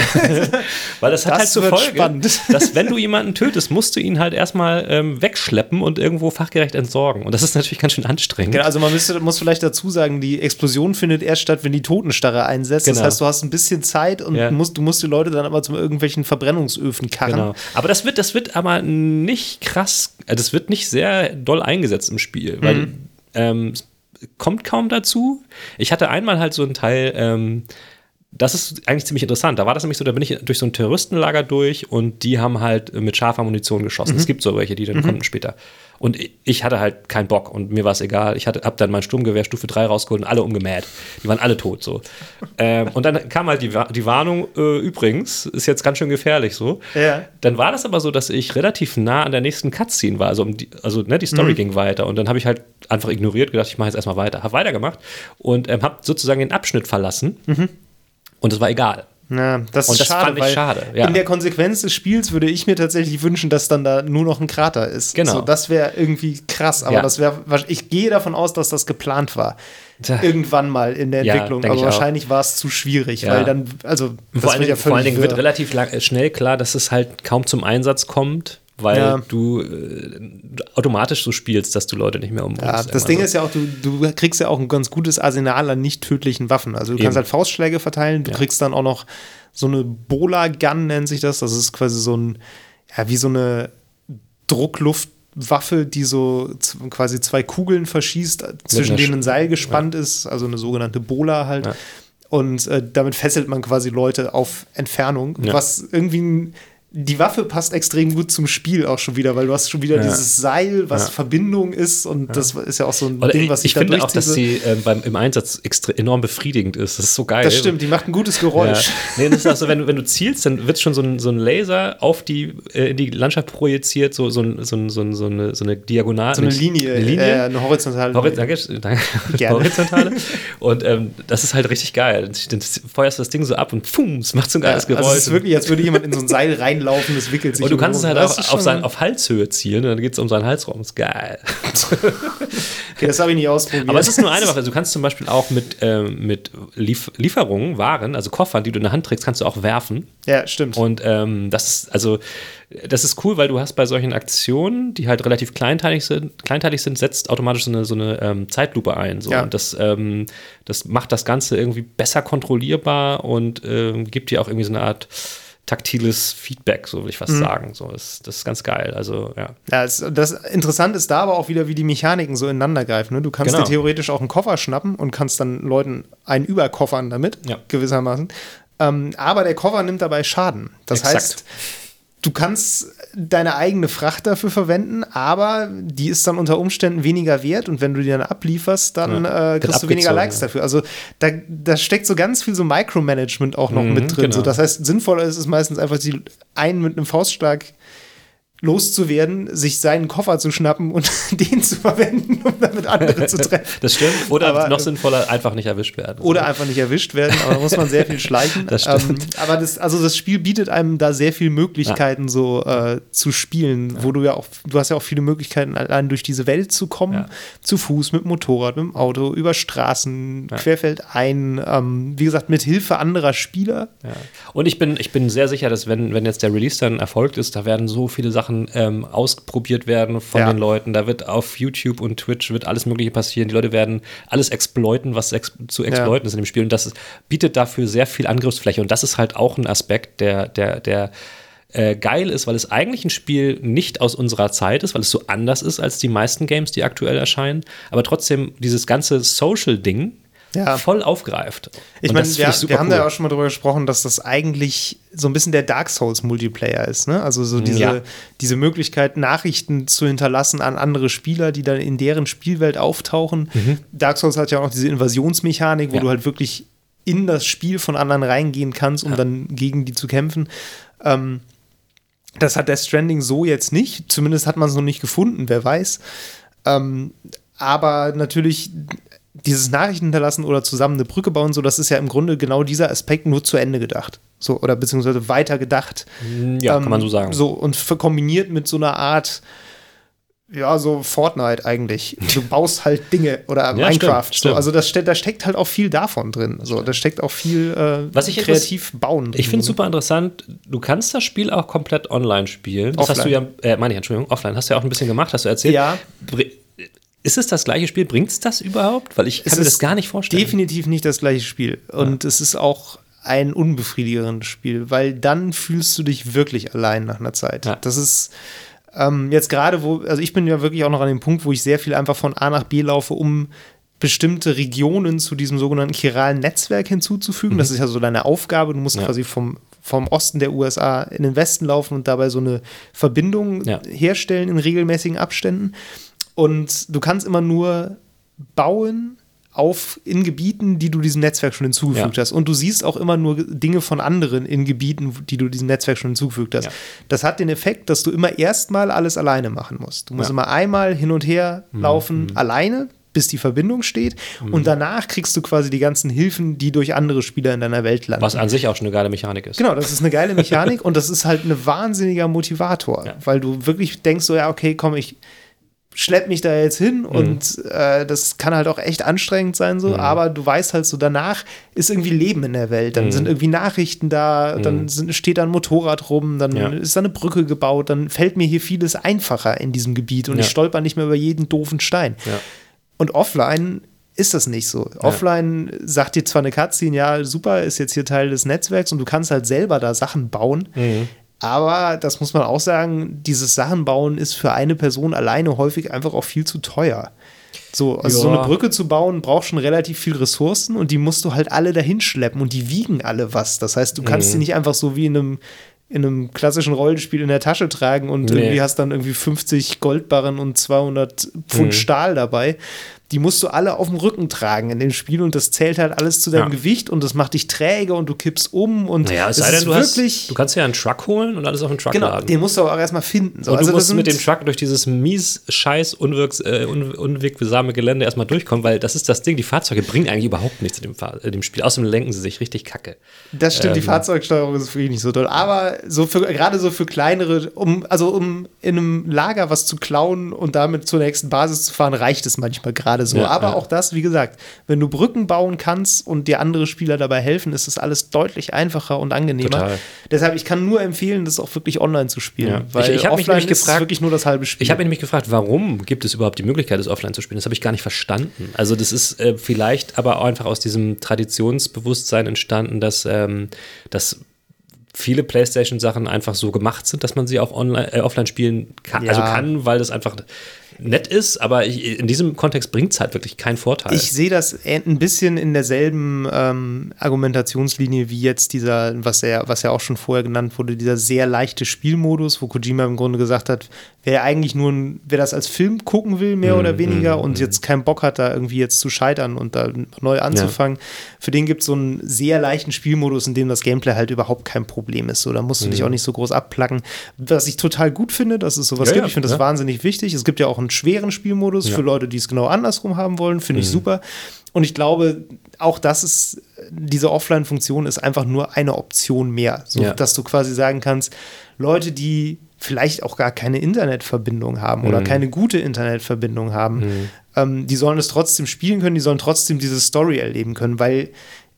Weil das hat das halt zur Folge, spannend. dass wenn du jemanden tötest, musst du ihn halt erstmal ähm, wegschleppen und irgendwo fachgerecht entsorgen. Und das ist natürlich ganz schön anstrengend. Genau, also man müsste, muss vielleicht dazu sagen, die Explosion findet erst statt, wenn die Totenstarre einsetzt. Genau. Das heißt, du hast ein bisschen Zeit und ja. musst, du musst die Leute dann aber zu irgendwelchen Verbrennungsöfen karren. Genau. Aber das wird, das wird aber nicht krass, das wird nicht sehr doll eingesetzt im Spiel, weil mhm. ähm, es kommt kaum dazu. Ich hatte einmal halt so einen Teil, ähm, das ist eigentlich ziemlich interessant. Da war das nämlich so, da bin ich durch so ein Terroristenlager durch und die haben halt mit scharfer Munition geschossen. Mhm. Es gibt so welche, die dann mhm. kommen später. Und ich hatte halt keinen Bock und mir war es egal. Ich hatte, hab dann mein Sturmgewehr Stufe drei rausgeholt und alle umgemäht. Die waren alle tot so. ähm, und dann kam halt die, die Warnung, äh, übrigens, ist jetzt ganz schön gefährlich so. Ja. Dann war das aber so, dass ich relativ nah an der nächsten Cutscene war. Also, um die, also ne, die Story mhm. ging weiter. Und dann habe ich halt einfach ignoriert, gedacht, ich mache jetzt erstmal weiter. Habe weitergemacht und ähm, habe sozusagen den Abschnitt verlassen. Mhm. Und es war egal. Ja, das und ist das schade, fand ich weil schade. Ja. In der Konsequenz des Spiels würde ich mir tatsächlich wünschen, dass dann da nur noch ein Krater ist. Genau. So, das wäre irgendwie krass, aber ja. das wäre, ich gehe davon aus, dass das geplant war. Tja. Irgendwann mal in der Entwicklung, ja, aber wahrscheinlich war es zu schwierig, ja. weil dann, also das vor allen Dingen, ja vor allen Dingen wird relativ lang, schnell klar, dass es halt kaum zum Einsatz kommt, weil ja. du äh, automatisch so spielst, dass du Leute nicht mehr umbringst. Ja, das Ding so. ist ja auch, du, du kriegst ja auch ein ganz gutes Arsenal an nicht tödlichen Waffen. Also du Eben. kannst halt Faustschläge verteilen, du ja. kriegst dann auch noch so eine Bola-Gun, nennt sich das. Das ist quasi so ein, ja, wie so eine Druckluftwaffe, die so z- quasi zwei Kugeln verschießt, zwischen denen ein Seil gespannt ja. ist, also eine sogenannte Bola halt. Ja. Und äh, damit fesselt man quasi Leute auf Entfernung, ja. was irgendwie ein Die Waffe passt extrem gut zum Spiel auch schon wieder, weil du hast schon wieder ja. dieses Seil, was ja. Verbindung ist und ja. das ist ja auch so ein Oder Ding, was ich, ich da finde auch, dass sie äh, beim, im Einsatz extre- enorm befriedigend ist. Das ist so geil. Das stimmt, die macht ein gutes Geräusch. Ja. Nee, das ist auch so, wenn du, wenn du zielst, dann wird schon so ein, so ein Laser auf die, äh, in die Landschaft projiziert, so, so, ein, so, ein, so, ein, so, eine, so eine Diagonale. So eine Linie, eine, Linie. Äh, eine horizontale Hori- Danke, danke. Horizontale. Und ähm, das ist halt richtig geil. Dann feuerst du das Ding so ab und pum, es macht so ein geiles ja, Geräusch. Also es ist wirklich, als würde jemand in so ein Seil reinlaufen, das wickelt sich. Und du kannst es halt auch auf, sein, auf Halshöhe zielen und dann geht es um seinen Halsraum. Das ist geil. Okay, das habe ich nicht ausprobiert. Aber es ist nur eine Waffe. Du kannst zum Beispiel auch mit, ähm, mit Lief- Lieferungen, Waren, also Koffern, die du in der Hand trägst, kannst du auch werfen. Ja, stimmt. Und ähm, das ist, also, das ist cool, weil du hast bei solchen Aktionen, die halt relativ kleinteilig sind, kleinteilig sind, setzt automatisch so eine, so eine ähm, Zeitlupe ein. So. Ja. Und das, ähm, das macht das Ganze irgendwie besser kontrollierbar und ähm, gibt dir auch irgendwie so eine Art taktiles Feedback, so will ich fast mhm. sagen. So, das, das ist ganz geil. Also, ja. Ja, das, das Interessante ist da aber auch wieder, wie die Mechaniken so ineinander greifen. Ne? Du kannst Genau. dir theoretisch auch einen Koffer schnappen und kannst dann Leuten einen überkoffern damit, Ja. gewissermaßen. Ähm, aber der Koffer nimmt dabei Schaden. Das Exakt. heißt, du kannst deine eigene Fracht dafür verwenden, aber die ist dann unter Umständen weniger wert und wenn du die dann ablieferst, dann Ja. äh, kriegst du weniger Likes ja. dafür. Also da, da steckt so ganz viel so Micromanagement auch noch Mhm, mit drin. genau. So, das heißt, sinnvoller ist es meistens einfach, die einen mit einem Faustschlag loszuwerden, sich seinen Koffer zu schnappen und den zu verwenden, um damit andere zu treffen. Das stimmt. Oder Aber, noch sinnvoller, einfach nicht erwischt werden. Oder einfach nicht erwischt werden, aber da muss man sehr viel schleichen. Das stimmt. Ähm, aber das, also das Spiel bietet einem da sehr viele Möglichkeiten, ja. so äh, zu spielen, ja. wo du ja auch, du hast ja auch viele Möglichkeiten, allein durch diese Welt zu kommen, ja. zu Fuß, mit dem Motorrad, mit dem Auto, über Straßen, ja. querfeldein, ähm, wie gesagt, mit Hilfe anderer Spieler. Ja. Und ich bin, ich bin sehr sicher, dass wenn, wenn jetzt der Release dann erfolgt ist, da werden so viele Sachen Ähm, ausprobiert werden von ja. den Leuten. Da wird auf YouTube und Twitch wird alles Mögliche passieren. Die Leute werden alles exploiten, was ex- zu exploiten ja. ist in dem Spiel. Und das ist, bietet dafür sehr viel Angriffsfläche. Und das ist halt auch ein Aspekt, der, der, der äh, geil ist, weil es eigentlich ein Spiel nicht aus unserer Zeit ist, weil es so anders ist als die meisten Games, die aktuell erscheinen. Aber trotzdem dieses ganze Social-Ding ja. voll aufgreift. Ich meine, wir, wir haben cool. da ja auch schon mal drüber gesprochen, dass das eigentlich so ein bisschen der Dark Souls-Multiplayer ist. Ne? Also so diese, ja. diese Möglichkeit, Nachrichten zu hinterlassen an andere Spieler, die dann in deren Spielwelt auftauchen. Mhm. Dark Souls hat ja auch noch diese Invasionsmechanik, wo ja. du halt wirklich in das Spiel von anderen reingehen kannst, um ja. dann gegen die zu kämpfen. Ähm, das hat Death Stranding so jetzt nicht. Zumindest hat man es noch nicht gefunden, wer weiß. Ähm, aber natürlich dieses Nachrichten hinterlassen oder zusammen eine Brücke bauen, so, das ist ja im Grunde genau dieser Aspekt nur zu Ende gedacht. So, oder beziehungsweise weiter gedacht. Ja, ähm, kann man so sagen. So, und kombiniert mit so einer Art, ja, so Fortnite eigentlich. Du baust halt Dinge oder ja, Minecraft. Stimmt, stimmt. So, also das, da steckt halt auch viel davon drin. So, da steckt auch viel äh, Was ich kreativ bauen drin. Ich finde es super interessant, du kannst das Spiel auch komplett online spielen. Das offline. hast du ja, äh, meine ich, Entschuldigung, offline. Hast du ja auch ein bisschen gemacht, hast du erzählt. Ja. Ist es das gleiche Spiel? Bringt es das überhaupt? Weil ich kann es mir das gar nicht vorstellen. Definitiv nicht das gleiche Spiel. Und ja. es ist auch ein unbefriedigendes Spiel, weil dann fühlst du dich wirklich allein nach einer Zeit. Ja. Das ist ähm, jetzt gerade, wo, also ich bin ja wirklich auch noch an dem Punkt, wo ich sehr viel einfach von A nach B laufe, um bestimmte Regionen zu diesem sogenannten chiralen Netzwerk hinzuzufügen. Mhm. Das ist ja so deine Aufgabe. Du musst ja. quasi vom, vom Osten der U S A in den Westen laufen und dabei so eine Verbindung ja. herstellen in regelmäßigen Abständen. Und du kannst immer nur bauen auf, in Gebieten, die du diesem Netzwerk schon hinzugefügt ja. hast. Und du siehst auch immer nur Dinge von anderen in Gebieten, die du diesem Netzwerk schon hinzugefügt hast. Ja. Das hat den Effekt, dass du immer erstmal alles alleine machen musst. Du musst ja. immer einmal hin und her laufen, mhm. alleine, bis die Verbindung steht. Mhm. Und danach kriegst du quasi die ganzen Hilfen, die durch andere Spieler in deiner Welt landen. Was an sich auch schon eine geile Mechanik ist. Genau, das ist eine geile Mechanik und das ist halt ein wahnsinniger Motivator. Ja. Weil du wirklich denkst so, ja, okay, komm, ich schlepp mich da jetzt hin mhm. und äh, das kann halt auch echt anstrengend sein, so, mhm. aber du weißt halt so, danach ist irgendwie Leben in der Welt, dann mhm. sind irgendwie Nachrichten da, mhm. dann sind, steht da ein Motorrad rum, dann ja. ist da eine Brücke gebaut, dann fällt mir hier vieles einfacher in diesem Gebiet und ja. ich stolper nicht mehr über jeden doofen Stein. Ja. Und offline ist das nicht so. Ja. Offline sagt dir zwar eine Cutscene, ja, super, ist jetzt hier Teil des Netzwerks und du kannst halt selber da Sachen bauen, mhm. aber das muss man auch sagen, dieses Sachenbauen ist für eine Person alleine häufig einfach auch viel zu teuer. So, also ja. so eine Brücke zu bauen, braucht schon relativ viel Ressourcen und die musst du halt alle dahin schleppen und die wiegen alle was. Das heißt, du kannst mhm. die nicht einfach so wie in einem, in einem klassischen Rollenspiel in der Tasche tragen und nee. irgendwie hast dann irgendwie fünfzig Goldbarren und zweihundert Pfund mhm. Stahl dabei. die musst du alle auf dem Rücken tragen in dem Spiel und das zählt halt alles zu deinem ja. Gewicht und das macht dich träge und du kippst um und naja, es sei denn, du, wirklich hast, du kannst ja einen Truck holen und alles auf den Truck genau, laden. Den musst du aber auch erstmal finden. So. Und also du musst mit dem Truck durch dieses mies, scheiß, unwirks, äh, un, unwegsame Gelände erstmal durchkommen, weil das ist das Ding, die Fahrzeuge bringen eigentlich überhaupt nichts in dem, Fahr in dem Spiel. Außerdem lenken sie sich richtig kacke. Das stimmt, ähm, die Fahrzeugsteuerung ist wirklich nicht so toll. Aber so für, gerade so für kleinere, um, also um in einem Lager was zu klauen und damit zur nächsten Basis zu fahren, reicht es manchmal gerade so. Ja, aber ja. auch das, wie gesagt, wenn du Brücken bauen kannst und dir andere Spieler dabei helfen, ist das alles deutlich einfacher und angenehmer. Total. Deshalb, ich kann nur empfehlen, das auch wirklich online zu spielen. Ja. Weil ich, ich habe mich nämlich gefragt, wirklich nur das halbe Spiel. Ich habe mich nämlich gefragt, warum gibt es überhaupt die Möglichkeit, das offline zu spielen? Das habe ich gar nicht verstanden. Also das ist äh, vielleicht aber auch einfach aus diesem Traditionsbewusstsein entstanden, dass, ähm, dass viele PlayStation-Sachen einfach so gemacht sind, dass man sie auch online, äh, offline spielen kann. Ja. Also kann, weil das einfach nett ist, aber ich, in diesem Kontext bringt es halt wirklich keinen Vorteil. Ich sehe das ein bisschen in derselben ähm, Argumentationslinie wie jetzt dieser, was ja, was ja auch schon vorher genannt wurde, dieser sehr leichte Spielmodus, wo Kojima im Grunde gesagt hat, wer eigentlich nur, ein, wer das als Film gucken will, mehr mm, oder weniger, mm, und mm. jetzt keinen Bock hat, da irgendwie jetzt zu scheitern und da neu anzufangen, ja. für den gibt es so einen sehr leichten Spielmodus, in dem das Gameplay halt überhaupt kein Problem ist. So, da musst du mm. dich auch nicht so groß abplacken. Was ich total gut finde, dass es sowas ja, gibt. Ich finde ja. das wahnsinnig wichtig. Es gibt ja auch einen schweren Spielmodus ja. für Leute, die es genau andersrum haben wollen. Finde ich mhm. super. Und ich glaube, auch das ist, diese Offline-Funktion ist einfach nur eine Option mehr. So, ja. dass du quasi sagen kannst, Leute, die vielleicht auch gar keine Internetverbindung haben mhm. oder keine gute Internetverbindung haben, mhm. ähm, die sollen es trotzdem spielen können, die sollen trotzdem diese Story erleben können, weil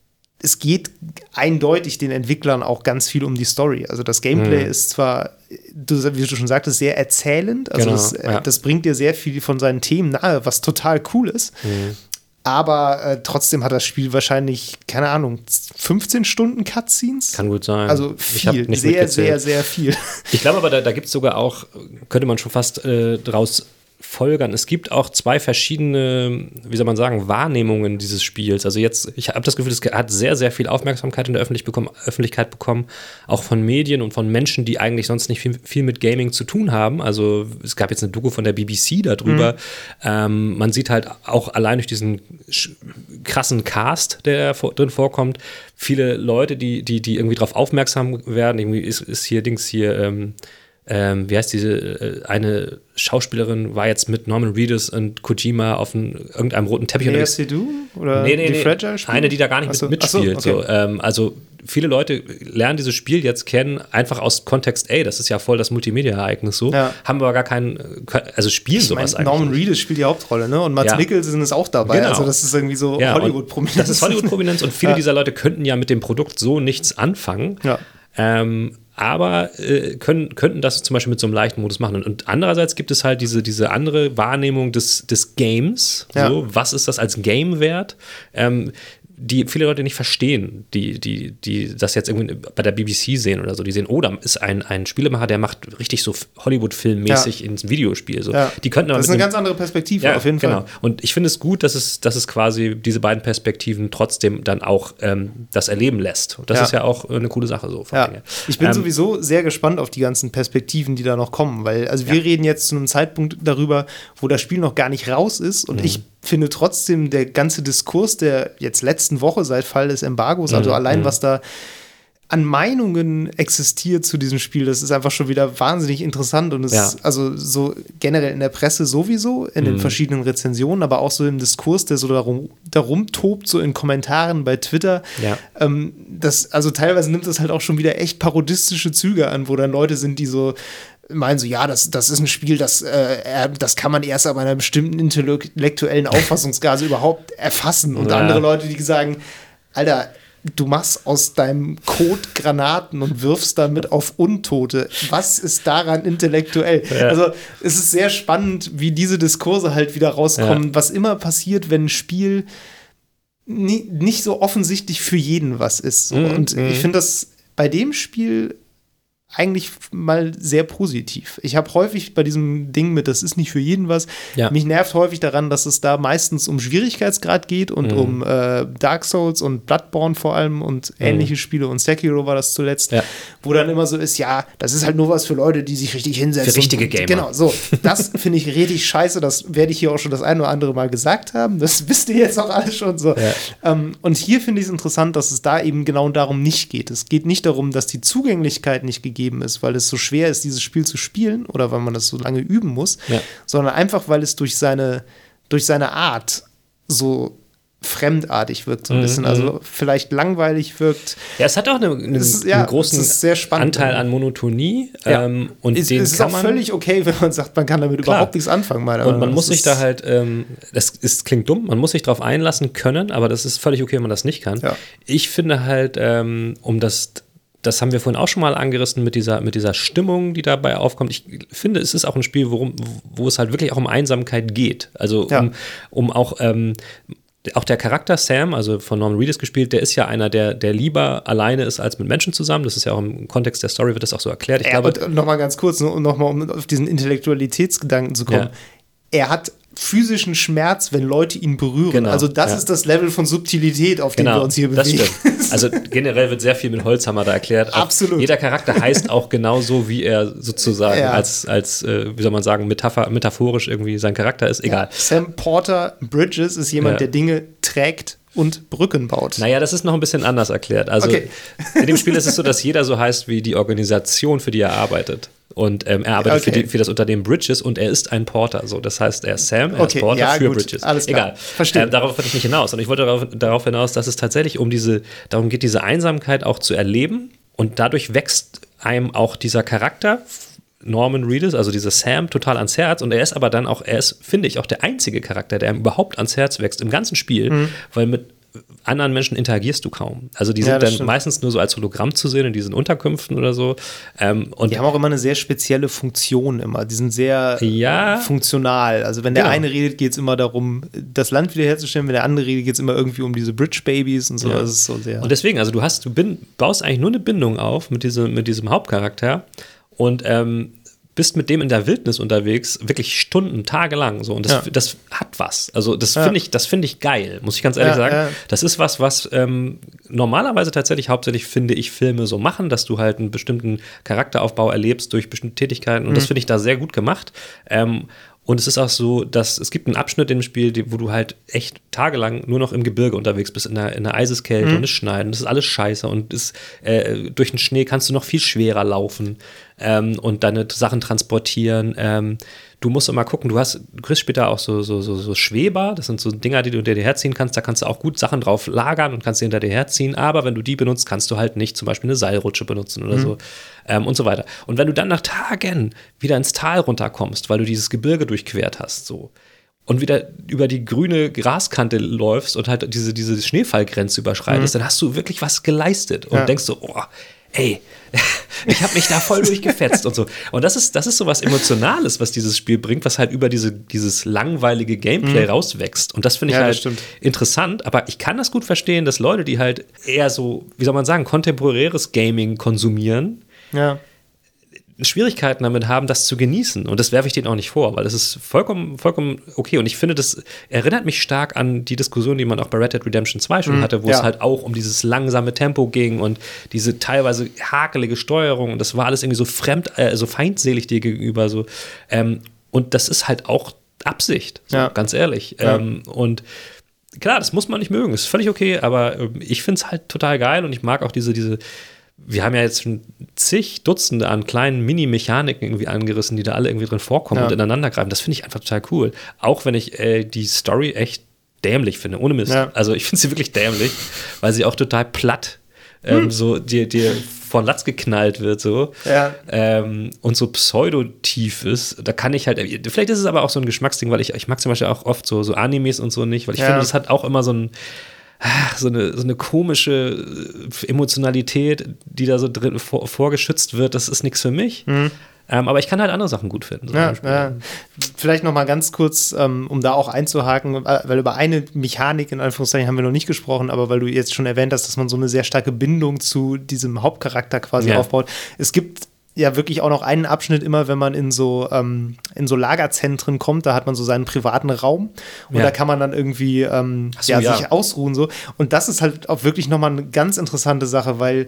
es geht eindeutig den Entwicklern auch ganz viel um die Story. Also das Gameplay mhm. ist zwar, du, wie du schon sagtest, sehr erzählend. Also genau, das, ja. das bringt dir sehr viel von seinen Themen nahe, was total cool ist. Mhm. Aber äh, trotzdem hat das Spiel wahrscheinlich, keine Ahnung, fünfzehn Stunden Cutscenes? Kann gut sein. Also viel, sehr, sehr, sehr viel. Ich glaube aber, da, da gibt es sogar auch, könnte man schon fast äh, draus folgern. Es gibt auch zwei verschiedene, wie soll man sagen, Wahrnehmungen dieses Spiels. Also jetzt, ich habe das Gefühl, es hat sehr, sehr viel Aufmerksamkeit in der Öffentlich bekommen, Öffentlichkeit bekommen, auch von Medien und von Menschen, die eigentlich sonst nicht viel, viel mit Gaming zu tun haben. Also es gab jetzt eine Doku von der B B C darüber. Mhm. Ähm, man sieht halt auch allein durch diesen krassen Cast, der vor, drin vorkommt, viele Leute, die, die, die irgendwie drauf aufmerksam werden. Irgendwie ist, ist hier Dings hier, ähm, Ähm, wie heißt diese, äh, eine Schauspielerin war jetzt mit Norman Reedus und Kojima auf ein, irgendeinem roten Teppich. Lea Seydoux? Oder nee, nee, die nee, Fragile spielt? Eine, die da gar nicht Achso, mit, mitspielt. Achso, okay. so, ähm, also viele Leute lernen dieses Spiel jetzt kennen, einfach aus Kontext, ey, das ist ja voll das Multimedia-Ereignis so, ja. haben aber gar keinen, also spielen ich sowas mein, eigentlich. Norman Reedus spielt die Hauptrolle, ne? Und Mats ja. Mikkelsen ist auch dabei, genau. also das ist irgendwie so ja, Hollywood-Prominenz. Das ist Hollywood-Prominenz und viele ja. dieser Leute könnten ja mit dem Produkt so nichts anfangen. Ja. Ähm, aber äh, können, könnten das zum Beispiel mit so einem leichten Modus machen. Und, und andererseits gibt es halt diese, diese andere Wahrnehmung des, des Games. Ja. So, was ist das als Game wert? Ähm, die viele Leute nicht verstehen, die, die, die das jetzt irgendwie bei der B B C sehen oder so. Die sehen, oh, da ist ein, ein Spielemacher, der macht richtig so Hollywood-Film-mäßig ja. ins Videospiel. So. Ja. Die könnten aber das ist eine ganz andere Perspektive, ja, auf jeden genau. Fall. Und ich finde es gut, dass es, dass es quasi diese beiden Perspektiven trotzdem dann auch ähm, das erleben lässt. Und das ja. ist ja auch eine coole Sache so. Ja. Ich bin ähm, sowieso sehr gespannt auf die ganzen Perspektiven, die da noch kommen, weil also wir ja. reden jetzt zu einem Zeitpunkt darüber, wo das Spiel noch gar nicht raus ist und mhm. ich finde trotzdem, der ganze Diskurs der jetzt letzten Woche seit Fall des Embargos, also mhm. allein was da an Meinungen existiert zu diesem Spiel, das ist einfach schon wieder wahnsinnig interessant und es ja. ist also so generell in der Presse sowieso, in mhm. den verschiedenen Rezensionen, aber auch so im Diskurs, der so darum, darum tobt, so in Kommentaren bei Twitter. Ja. Ähm, das, also teilweise nimmt das halt auch schon wieder echt parodistische Züge an, wo dann Leute sind, die so meinen so, ja, das, das ist ein Spiel, das, äh, das kann man erst ab einer bestimmten intellektuellen Auffassungsgase überhaupt erfassen. Und ja. andere Leute, die sagen, Alter, du machst aus deinem Code Granaten und wirfst damit auf Untote. Was ist daran intellektuell? Ja. Also es ist sehr spannend, wie diese Diskurse halt wieder rauskommen, ja. was immer passiert, wenn ein Spiel nie, nicht so offensichtlich für jeden was ist. So. Mhm. Und ich finde das bei dem Spiel eigentlich mal sehr positiv. Ich habe häufig bei diesem Ding mit, das ist nicht für jeden was, Ja. mich nervt häufig daran, dass es da meistens um Schwierigkeitsgrad geht und Mhm. um äh, Dark Souls und Bloodborne vor allem und ähnliche Spiele und Sekiro war das zuletzt, Ja. wo dann immer so ist, ja, das ist halt nur was für Leute, die sich richtig hinsetzen. Für richtige und, Gamer. Genau, so. Das finde ich richtig scheiße, das werde ich hier auch schon das ein oder andere Mal gesagt haben, das wisst ihr jetzt auch alle schon so. Ja. Ähm, und hier finde ich es interessant, dass es da eben genau darum nicht geht. Es geht nicht darum, dass die Zugänglichkeit nicht gegeben ist, weil es so schwer ist, dieses Spiel zu spielen oder weil man das so lange üben muss, Ja. sondern einfach, weil es durch seine, durch seine Art so fremdartig wirkt, so ein Mhm. bisschen. Also vielleicht langweilig wirkt. Ja, es hat auch eine, eine, Es ist- ja, einen großen es ist sehr spannend. Anteil an Monotonie. Ja. Ähm, und Es, den es ist kann auch man völlig okay, wenn man sagt, man kann damit Klar. überhaupt nichts anfangen. Meiner Und Meinung man nach. muss Das sich da ist- halt, ähm, das ist, klingt dumm, man muss sich darauf einlassen können, aber das ist völlig okay, wenn man das nicht kann. Ja. Ich finde halt, ähm, um das, das haben wir vorhin auch schon mal angerissen mit dieser, mit dieser Stimmung, die dabei aufkommt. Ich finde, es ist auch ein Spiel, worum, wo es halt wirklich auch um Einsamkeit geht. Also Ja. um, um auch, ähm, auch der Charakter Sam, also von Norman Reedus gespielt, der ist ja einer, der, der lieber alleine ist als mit Menschen zusammen. Das ist ja auch im Kontext der Story, wird das auch so erklärt. Ich Ja, glaube, und nochmal ganz kurz, um nochmal um auf diesen Intellektualitätsgedanken zu kommen. Ja. Er hat physischen Schmerz, wenn Leute ihn berühren. Genau, Also das ja. ist das Level von Subtilität, auf dem wir uns hier das bewegen. stimmt. Also generell wird sehr viel mit Holzhammer da erklärt. Auch Absolut. Jeder Charakter heißt auch genauso, wie er sozusagen Ja. als, als äh, wie soll man sagen, Metapher, metaphorisch irgendwie sein Charakter ist. Egal. Sam Porter Bridges ist jemand, Ja. der Dinge trägt und Brücken baut. Naja, das ist noch ein bisschen anders erklärt. Also Okay. in dem Spiel ist es so, dass jeder so heißt wie die Organisation, für die er arbeitet. Und ähm, er arbeitet Okay. für, die, für das Unternehmen Bridges und er ist ein Porter. So, das heißt, er ist Sam, er Okay, ist Porter ja, für gut, Bridges. alles klar. Egal. Verstehe. Ähm, darauf wollte ich nicht hinaus. Und ich wollte darauf, darauf hinaus, dass es tatsächlich um diese, darum geht, diese Einsamkeit auch zu erleben. Und dadurch wächst einem auch dieser Charakter, Norman Reedus, also dieser Sam, total ans Herz. Und er ist aber dann auch, er ist, finde ich, auch der einzige Charakter, der ihm überhaupt ans Herz wächst im ganzen Spiel, Mhm. weil mit anderen Menschen interagierst du kaum. Also die sind Ja, das dann stimmt. meistens nur so als Hologramm zu sehen in diesen Unterkünften oder so. Ähm, und Die haben auch immer eine sehr spezielle Funktion immer. Die sind sehr Ja. funktional. Also wenn der Genau. eine redet, geht es immer darum, das Land wiederherzustellen. Wenn der andere redet, geht es immer irgendwie um diese Bridge-Babys und so. Ja. Das ist so sehr. Und deswegen, also du hast, du bin, baust eigentlich nur eine Bindung auf mit diesem, mit diesem Hauptcharakter und ähm, bist mit dem in der Wildnis unterwegs, wirklich Stunden, tagelang so. Und das, Ja. das hat was. Also das Ja. finde ich, das finde ich geil, muss ich ganz ehrlich Ja, sagen. ja. Das ist was, was ähm, normalerweise tatsächlich hauptsächlich, finde ich, Filme so machen, dass du halt einen bestimmten Charakteraufbau erlebst durch bestimmte Tätigkeiten. Und das finde ich da sehr gut gemacht. Ähm, Und es ist auch so, dass es gibt einen Abschnitt im Spiel, die- wo du halt echt tagelang nur noch im Gebirge unterwegs bist, in der, in der Eiseskälte Mhm. und es schneit und das ist alles scheiße und es, äh, durch den Schnee kannst du noch viel schwerer laufen ähm, und deine Sachen transportieren. Ähm, du musst immer gucken, du hast, du kriegst später auch so, so, so, so Schweber, das sind so Dinger, die du hinter dir herziehen kannst, da kannst du auch gut Sachen drauf lagern und kannst sie hinter dir herziehen, aber wenn du die benutzt, kannst du halt nicht zum Beispiel eine Seilrutsche benutzen oder so ähm, und so weiter. Und wenn du dann nach Tagen wieder ins Tal runterkommst, weil du dieses Gebirge durchquert hast, so, und wieder über die grüne Graskante läufst und halt diese, diese Schneefallgrenze überschreitest, dann hast du wirklich was geleistet und Ja. denkst so, oh, ey, ich habe mich da voll durchgefetzt und so. Und das ist, das ist so was Emotionales, was dieses Spiel bringt, was halt über diese, dieses langweilige Gameplay rauswächst. Und das finde ich Ja, das halt stimmt. interessant. Aber ich kann das gut verstehen, dass Leute, die halt eher so, wie soll man sagen, kontemporäres Gaming konsumieren, Ja. Schwierigkeiten damit haben, das zu genießen. Und das werfe ich denen auch nicht vor, weil das ist vollkommen, vollkommen okay. Und ich finde, das erinnert mich stark an die Diskussion, die man auch bei Red Dead Redemption zwei schon hatte, wo ja. es halt auch um dieses langsame Tempo ging und diese teilweise hakelige Steuerung. Und das war alles irgendwie so fremd, äh, so feindselig dir gegenüber. So. Ähm, und das ist halt auch Absicht, so, Ja. ganz ehrlich. Ja. Ähm, und klar, das muss man nicht mögen, ist völlig okay, aber ähm, ich finde es halt total geil und ich mag auch diese, diese wir haben ja jetzt schon zig Dutzende an kleinen Mini-Mechaniken irgendwie angerissen, die da alle irgendwie drin vorkommen Ja. und ineinander greifen. Das finde ich einfach total cool. Auch wenn ich äh, die Story echt dämlich finde, ohne Mist. Ja. Also ich finde sie wirklich dämlich, weil sie auch total platt ähm, so dir, dir von Latz geknallt wird so Ja. ähm, und so pseudo-tief ist. Da kann ich halt, vielleicht ist es aber auch so ein Geschmacksding, weil ich, ich mag zum Beispiel auch oft so, so Animes und so nicht, weil ich Ja. finde, das hat auch immer so ein ach, so eine, so eine komische Emotionalität, die da so drin vor, vorgeschützt wird, das ist nichts für mich. Ähm, aber ich kann halt andere Sachen gut finden. zum Ja, Beispiel. ja. Vielleicht noch mal ganz kurz, ähm, um da auch einzuhaken, äh, weil über eine Mechanik in Anführungszeichen haben wir noch nicht gesprochen, aber weil du jetzt schon erwähnt hast, dass man so eine sehr starke Bindung zu diesem Hauptcharakter quasi Ja. aufbaut. Es gibt ja wirklich auch noch einen Abschnitt immer, wenn man in so, ähm, in so Lagerzentren kommt, da hat man so seinen privaten Raum und Ja. da kann man dann irgendwie ähm, so, ja, ja. sich ausruhen. So. Und das ist halt auch wirklich nochmal eine ganz interessante Sache, weil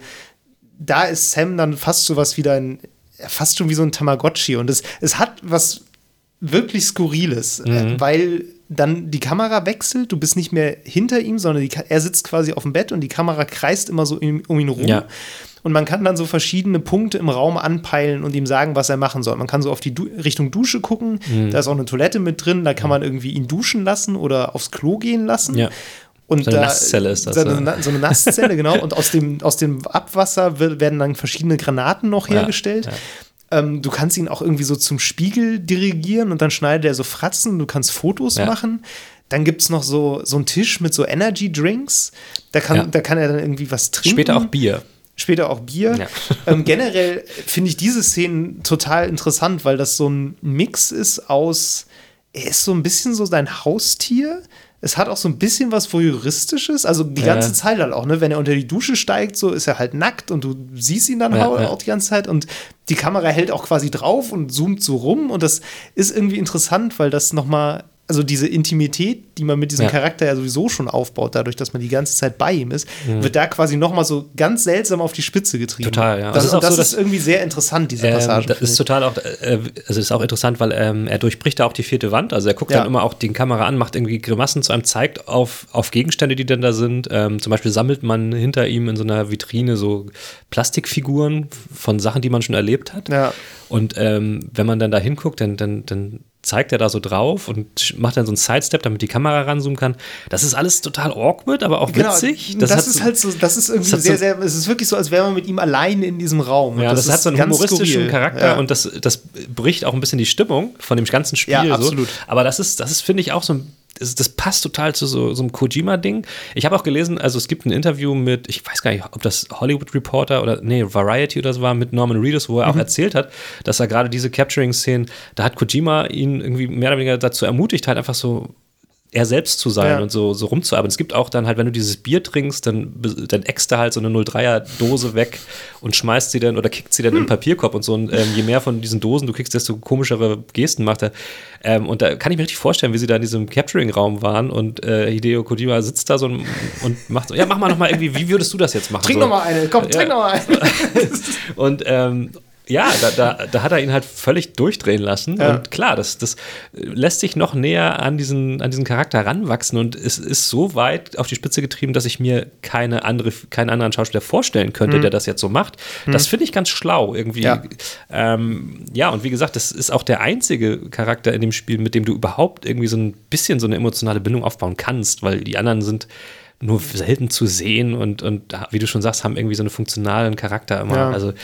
da ist Sam dann fast so was wie ein, fast schon wie so ein Tamagotchi und es, es hat was wirklich Skurriles, Mhm. äh, weil dann die Kamera wechselt, du bist nicht mehr hinter ihm, sondern die, er sitzt quasi auf dem Bett und die Kamera kreist immer so um, um ihn rum. Ja. Und man kann dann so verschiedene Punkte im Raum anpeilen und ihm sagen, was er machen soll. Man kann so auf die du- Richtung Dusche gucken, Mhm. da ist auch eine Toilette mit drin, da kann man irgendwie ihn duschen lassen oder aufs Klo gehen lassen. Ja. Und So eine da- Nasszelle ist das, So eine, ja. Na- so eine Nasszelle, genau. Und aus dem, aus dem Abwasser wird- werden dann verschiedene Granaten noch Ja, hergestellt. ja. Ähm, du kannst ihn auch irgendwie so zum Spiegel dirigieren und dann schneidet er so Fratzen, du kannst Fotos Ja. machen. Dann gibt es noch so, so einen Tisch mit so Energy Drinks. Da kann, Ja. da kann er dann irgendwie was trinken. Später auch Bier. Später auch Bier. Ja. Ähm, generell finde ich diese Szenen total interessant, weil das so ein Mix ist aus, er ist so ein bisschen so sein Haustier. Es hat auch so ein bisschen was Voyeuristisches, also die Ja. ganze Zeit halt auch, ne? Wenn er unter die Dusche steigt, so ist er halt nackt und du siehst ihn dann Ja, auch ja. die ganze Zeit und die Kamera hält auch quasi drauf und zoomt so rum und das ist irgendwie interessant, weil das nochmal, also diese Intimität, die man mit diesem Ja. Charakter ja sowieso schon aufbaut, dadurch, dass man die ganze Zeit bei ihm ist, wird da quasi nochmal so ganz seltsam auf die Spitze getrieben. Total, ja. Das, Es ist und auch das so, ist dass- irgendwie sehr interessant, diese Ähm, Passage. das finde ist ich. total auch, äh, also ist auch interessant, weil ähm, er durchbricht da auch die vierte Wand. Also er guckt Ja. dann immer auch die Kamera an, macht irgendwie Grimassen zu einem, zeigt auf, auf Gegenstände, die dann da sind. Ähm, zum Beispiel sammelt man hinter ihm in so einer Vitrine so Plastikfiguren von Sachen, die man schon erlebt hat. Ja. Und ähm, wenn man dann da hinguckt, dann, dann, dann zeigt er da so drauf und macht dann so einen Sidestep, damit die Kamera ranzoomen kann. Das ist alles total awkward, aber auch witzig. Das, hat ist so- halt so, das ist irgendwie das hat sehr, so- sehr, es ist wirklich so, als wäre man mit ihm allein in diesem Raum. Und Ja, das, hat so einen ganz humoristischen skurril. Charakter Ja. und das, das bricht auch ein bisschen die Stimmung von dem ganzen Spiel. Ja, so. absolut. Aber das ist, das ist, finde ich, auch so ein, das, das passt total zu so, so einem Kojima-Ding. Ich habe auch gelesen, also es gibt ein Interview mit, ich weiß gar nicht, ob das Hollywood Reporter oder, nee, Variety oder so war, mit Norman Reedus, wo er Mhm. auch erzählt hat, dass er gerade diese Capturing-Szenen, da hat Kojima ihn irgendwie mehr oder weniger dazu ermutigt, halt einfach so er selbst zu sein Ja. und so, so rumzuarbeiten. Es gibt auch dann halt, wenn du dieses Bier trinkst, dann, dann äxt er halt so eine null Komma dreier Dose weg und schmeißt sie dann oder kickt sie dann in den Papierkorb und so. Und ähm, je mehr von diesen Dosen du kriegst, desto komischere Gesten macht er. Ähm, und da kann ich mir richtig vorstellen, wie sie da in diesem Capturing-Raum waren und äh, Hideo Kojima sitzt da so und, und macht so, ja, mach mal noch mal irgendwie, wie würdest du das jetzt machen? Trink so. noch mal eine, komm, trink Ja. noch mal eine. Und ähm, ja, da, da, da hat er ihn halt völlig durchdrehen lassen. Ja. Und klar, das, das lässt sich noch näher an diesen, an diesen Charakter ranwachsen und es ist so weit auf die Spitze getrieben, dass ich mir keine andere, keinen anderen Schauspieler vorstellen könnte, der das jetzt so macht. Das finde ich ganz schlau irgendwie. Ja. Ähm, ja, und wie gesagt, das ist auch der einzige Charakter in dem Spiel, mit dem du überhaupt irgendwie so ein bisschen so eine emotionale Bindung aufbauen kannst, weil die anderen sind nur selten zu sehen und, und wie du schon sagst, haben irgendwie so einen funktionalen Charakter immer. Ja. Also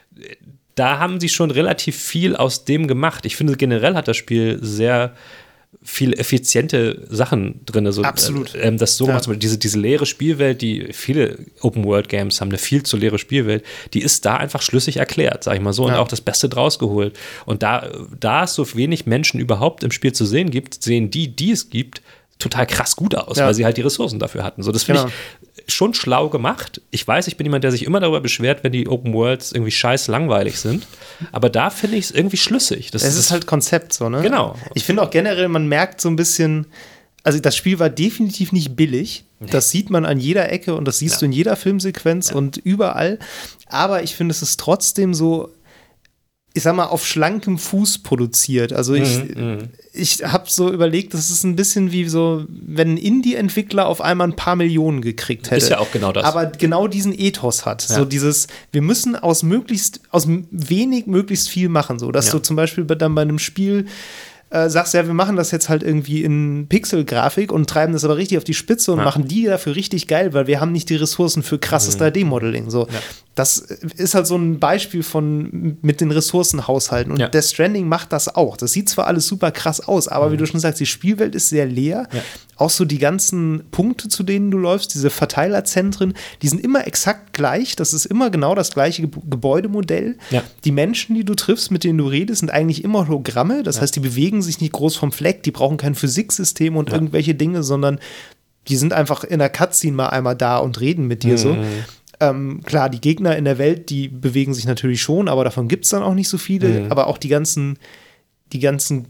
da haben sie schon relativ viel aus dem gemacht. Ich finde, generell hat das Spiel sehr viel effiziente Sachen drin. Also, Absolut. Äh, ähm, das so Ja. gemacht, zum Beispiel diese, diese leere Spielwelt, die viele Open-World-Games haben, eine viel zu leere Spielwelt, die ist da einfach schlüssig erklärt, sag ich mal so, und Ja. auch das Beste draus geholt. Und da, da es so wenig Menschen überhaupt im Spiel zu sehen gibt, sehen die, die es gibt, total krass gut aus, Ja. weil sie halt die Ressourcen dafür hatten. So, das finde Genau. ich schon schlau gemacht. Ich weiß, ich bin jemand, der sich immer darüber beschwert, wenn die Open Worlds irgendwie scheiß langweilig sind. Aber da finde ich es irgendwie schlüssig. Das Es ist halt Konzept so, ne? Genau. Ich finde auch generell, man merkt so ein bisschen, also das Spiel war definitiv nicht billig. Das sieht man an jeder Ecke und das siehst Ja. du in jeder Filmsequenz Ja. und überall. Aber ich finde, es ist trotzdem so, ich sag mal, auf schlankem Fuß produziert. Also ich, Mhm, ich habe so überlegt, das ist ein bisschen wie so, wenn ein Indie-Entwickler auf einmal ein paar Millionen gekriegt hätte. Ist ja auch genau das. Aber genau diesen Ethos hat. Ja. So dieses, wir müssen aus möglichst, aus wenig möglichst viel machen. So, dass Ja. du zum Beispiel bei- dann bei einem Spiel äh, sagst, ja, wir machen das jetzt halt irgendwie in Pixel-Grafik und treiben das aber richtig auf die Spitze und Ja. machen die dafür richtig geil, weil wir haben nicht die Ressourcen für krasses drei D-Modeling. So. Ja. Das ist halt so ein Beispiel von mit den Ressourcenhaushalten. Und Ja. Death Stranding macht das auch. Das sieht zwar alles super krass aus, aber wie du schon sagst, die Spielwelt ist sehr leer. Ja. Auch so die ganzen Punkte, zu denen du läufst, diese Verteilerzentren, die sind immer exakt gleich. Das ist immer genau das gleiche Ge Gebäudemodell. Ja. Die Menschen, die du triffst, mit denen du redest, sind eigentlich immer Hologramme. Das heißt, die bewegen sich nicht groß vom Fleck, die brauchen kein Physiksystem und Ja. irgendwelche Dinge, sondern die sind einfach in der Cutscene mal einmal da und reden mit dir so. Mhm. Ähm, klar, die Gegner in der Welt, die bewegen sich natürlich schon, aber davon gibt es dann auch nicht so viele. Mhm. Aber auch die ganzen, die ganzen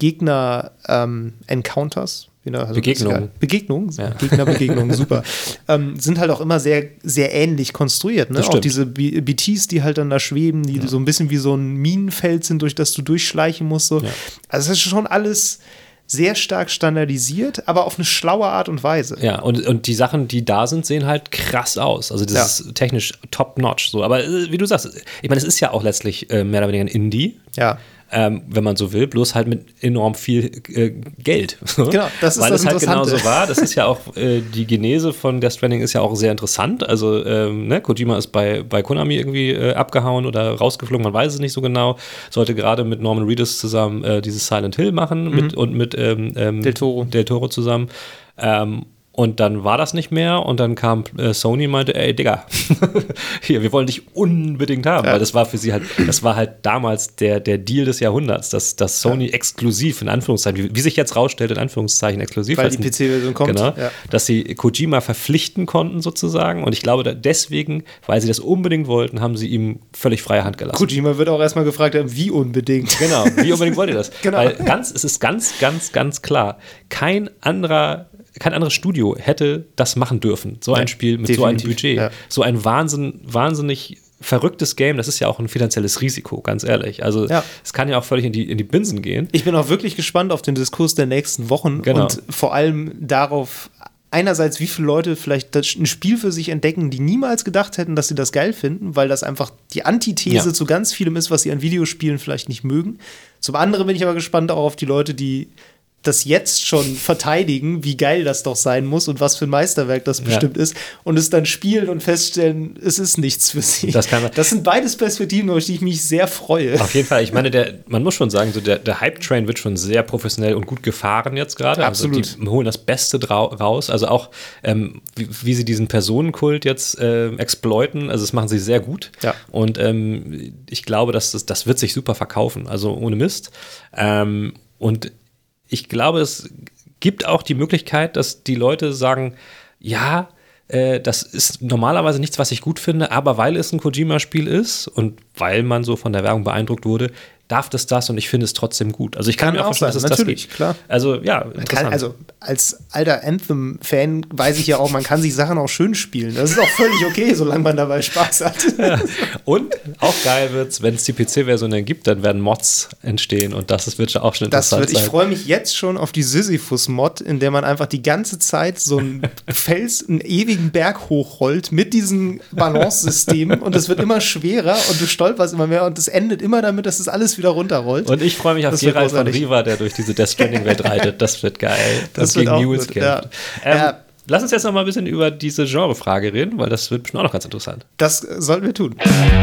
Gegner-Encounters, ähm, also Begegnungen. Begegnungen, ja. Gegnerbegegnungen, super. Ähm, sind halt auch immer sehr, sehr ähnlich konstruiert. Ne? Auch diese B- BTs, die halt dann da schweben, die ja. so ein bisschen wie so ein Minenfeld sind, durch das du durchschleichen musst. So. Ja. Also es ist schon alles sehr stark standardisiert, aber auf eine schlaue Art und Weise. Ja, und, und die Sachen, die da sind, sehen halt krass aus. Also das ja. ist technisch top-notch. So. Aber äh, wie du sagst, ich meine, es ist ja auch letztlich äh, mehr oder weniger ein Indie. Ja. Ähm, wenn man so will, bloß halt mit enorm viel äh, Geld. Genau, das ist Weil das es halt Interessante. genauso war. Das ist ja auch, äh, die Genese von Death Stranding ist ja auch sehr interessant. Also, ähm, ne, Kojima ist bei, bei Konami irgendwie äh, abgehauen oder rausgeflogen, man weiß es nicht so genau. Sollte gerade mit Norman Reedus zusammen äh, dieses Silent Hill machen mhm. mit, und mit ähm, ähm, Del Toro. Del Toro zusammen. Ähm, Und dann war das nicht mehr und dann kam äh, Sony und meinte, ey, Digga, hier, wir wollen dich unbedingt haben, ja. weil das war für sie halt, das war halt damals der, der Deal des Jahrhunderts, dass, dass Sony ja. exklusiv, in Anführungszeichen, wie, wie sich jetzt rausstellt, in Anführungszeichen exklusiv. Weil die P C-Version kommt. Genau, ja. dass sie Kojima verpflichten konnten sozusagen und ich glaube deswegen, weil sie das unbedingt wollten, haben sie ihm völlig freie Hand gelassen. Kojima wird auch erstmal gefragt haben, wie unbedingt. Genau, wie unbedingt wollt ihr das? Genau. Weil ganz, es ist ganz, ganz, ganz klar, kein anderer Kein anderes Studio hätte das machen dürfen. So ein ja, Spiel mit definitiv. so einem Budget. Ja. So ein Wahnsinn, wahnsinnig verrücktes Game. Das ist ja auch ein finanzielles Risiko, ganz ehrlich. Also ja. es kann ja auch völlig in die, in die Binsen gehen. Ich bin auch wirklich gespannt auf den Diskurs der nächsten Wochen genau. und vor allem darauf, einerseits, wie viele Leute vielleicht ein Spiel für sich entdecken, die niemals gedacht hätten, dass sie das geil finden, weil das einfach die Antithese ja. zu ganz vielem ist, was sie an Videospielen vielleicht nicht mögen. Zum anderen bin ich aber gespannt auch auf die Leute, die das jetzt schon verteidigen, wie geil das doch sein muss und was für ein Meisterwerk das bestimmt ja. ist und es dann spielen und feststellen, es ist nichts für sie. Das, kann man das sind beides Perspektiven, auf die ich mich sehr freue. Auf jeden Fall. Ich meine, der, man muss schon sagen, so der, der Hype-Train wird schon sehr professionell und gut gefahren jetzt gerade. Absolut. Also die holen das Beste drau- raus. Also auch, ähm, wie, wie sie diesen Personenkult jetzt äh, exploiten, also das machen sie sehr gut. Ja. Und ähm, ich glaube, dass das, das wird sich super verkaufen. Also ohne Mist. Ähm, und ich glaube, es gibt auch die Möglichkeit, dass die Leute sagen, ja, äh, das ist normalerweise nichts, was ich gut finde, aber weil es ein Kojima-Spiel ist und weil man so von der Werbung beeindruckt wurde, darf das das und ich finde es trotzdem gut. Also ich kann, kann mir auch vorstellen, dass es natürlich, das gibt. Klar. Also ja, interessant. Kann, also als alter Anthem-Fan weiß ich ja auch, man kann sich Sachen auch schön spielen. Das ist auch völlig okay, solange man dabei Spaß hat. Ja. Und auch geil wird's, wenn es die P C-Version dann gibt, dann werden Mods entstehen und das ist, wird auch schon interessant das wird, sein. Ich freue mich jetzt schon auf die Sisyphus-Mod, in der man einfach die ganze Zeit so einen Fels, einen ewigen Berg hochrollt mit diesem Balance-System und es wird immer schwerer und du stolperst immer mehr und es endet immer damit, dass es alles wieder runterrollt. Und ich freue mich auf Geralt von Riva, der durch diese Death Stranding-Welt reitet. Das wird geil. Das, das wird gegen Newells kämpft. Ja. Ähm, ja. Lass uns jetzt noch mal ein bisschen über diese Genrefrage reden, weil das wird bestimmt auch noch ganz interessant. Das sollten wir tun.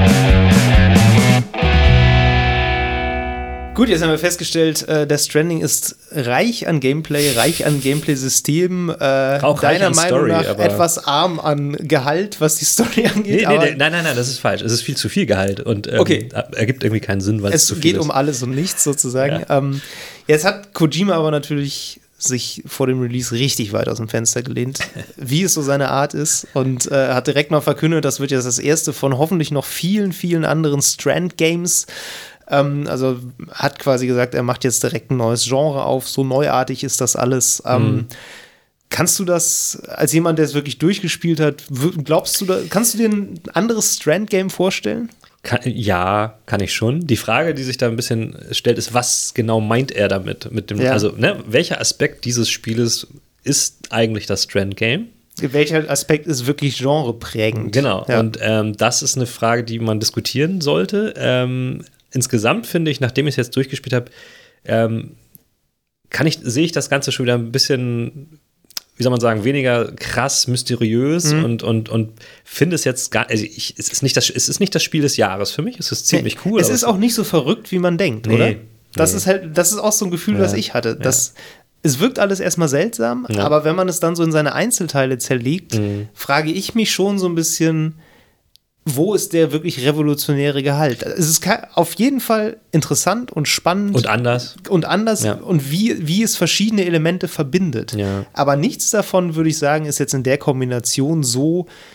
Gut, jetzt haben wir festgestellt, äh, Death Stranding ist reich an Gameplay, reich an Gameplay-Systemen, äh, auch deiner an Meinung Story, nach aber etwas arm an Gehalt, was die Story angeht. Nee, nee, nee, nein, nein, nein, das ist falsch. Es ist viel zu viel Gehalt und ähm, okay. ergibt irgendwie keinen Sinn, weil es, es zu viel geht ist. um alles und nichts sozusagen. Ja. Ähm, jetzt hat Kojima aber natürlich sich vor dem Release richtig weit aus dem Fenster gelehnt, wie es so seine Art ist und äh, hat direkt mal verkündet, das wird jetzt das erste von hoffentlich noch vielen, vielen anderen Strand-Games. Ähm, also hat quasi gesagt, er macht jetzt direkt ein neues Genre auf, so neuartig ist das alles. Ähm, mhm. Kannst du das, als jemand, der es wirklich durchgespielt hat, glaubst du, da, kannst du dir ein anderes Strand-Game vorstellen? Kann, ja, kann ich schon. Die Frage, die sich da ein bisschen stellt, ist, was genau meint er damit? Mit dem, ja. Also, ne, welcher Aspekt dieses Spieles ist eigentlich das Strand-Game? Welcher Aspekt ist wirklich genreprägend? Genau, ja. und ähm, das ist eine Frage, die man diskutieren sollte. Ähm, insgesamt finde ich, nachdem ich es jetzt durchgespielt habe, ähm, kann ich, sehe ich das Ganze schon wieder ein bisschen, wie soll man sagen, weniger krass, mysteriös mhm. und, und, und finde es jetzt gar, also ich, es ist nicht das, es ist nicht das Spiel des Jahres für mich, es ist ziemlich nee, cool. Es ist auch nicht so verrückt, wie man denkt, nee, oder? Das nee. ist halt, das ist auch so ein Gefühl, ja, das ich hatte. Das, ja. Es wirkt alles erstmal seltsam, ja. aber wenn man es dann so in seine Einzelteile zerlegt, mhm. frage ich mich schon so ein bisschen, wo ist der wirklich revolutionäre Gehalt? Es ist auf jeden Fall interessant und spannend. Und anders. Und anders ja. und wie, wie es verschiedene Elemente verbindet. Ja. Aber nichts davon, würde ich sagen, ist jetzt in der Kombination so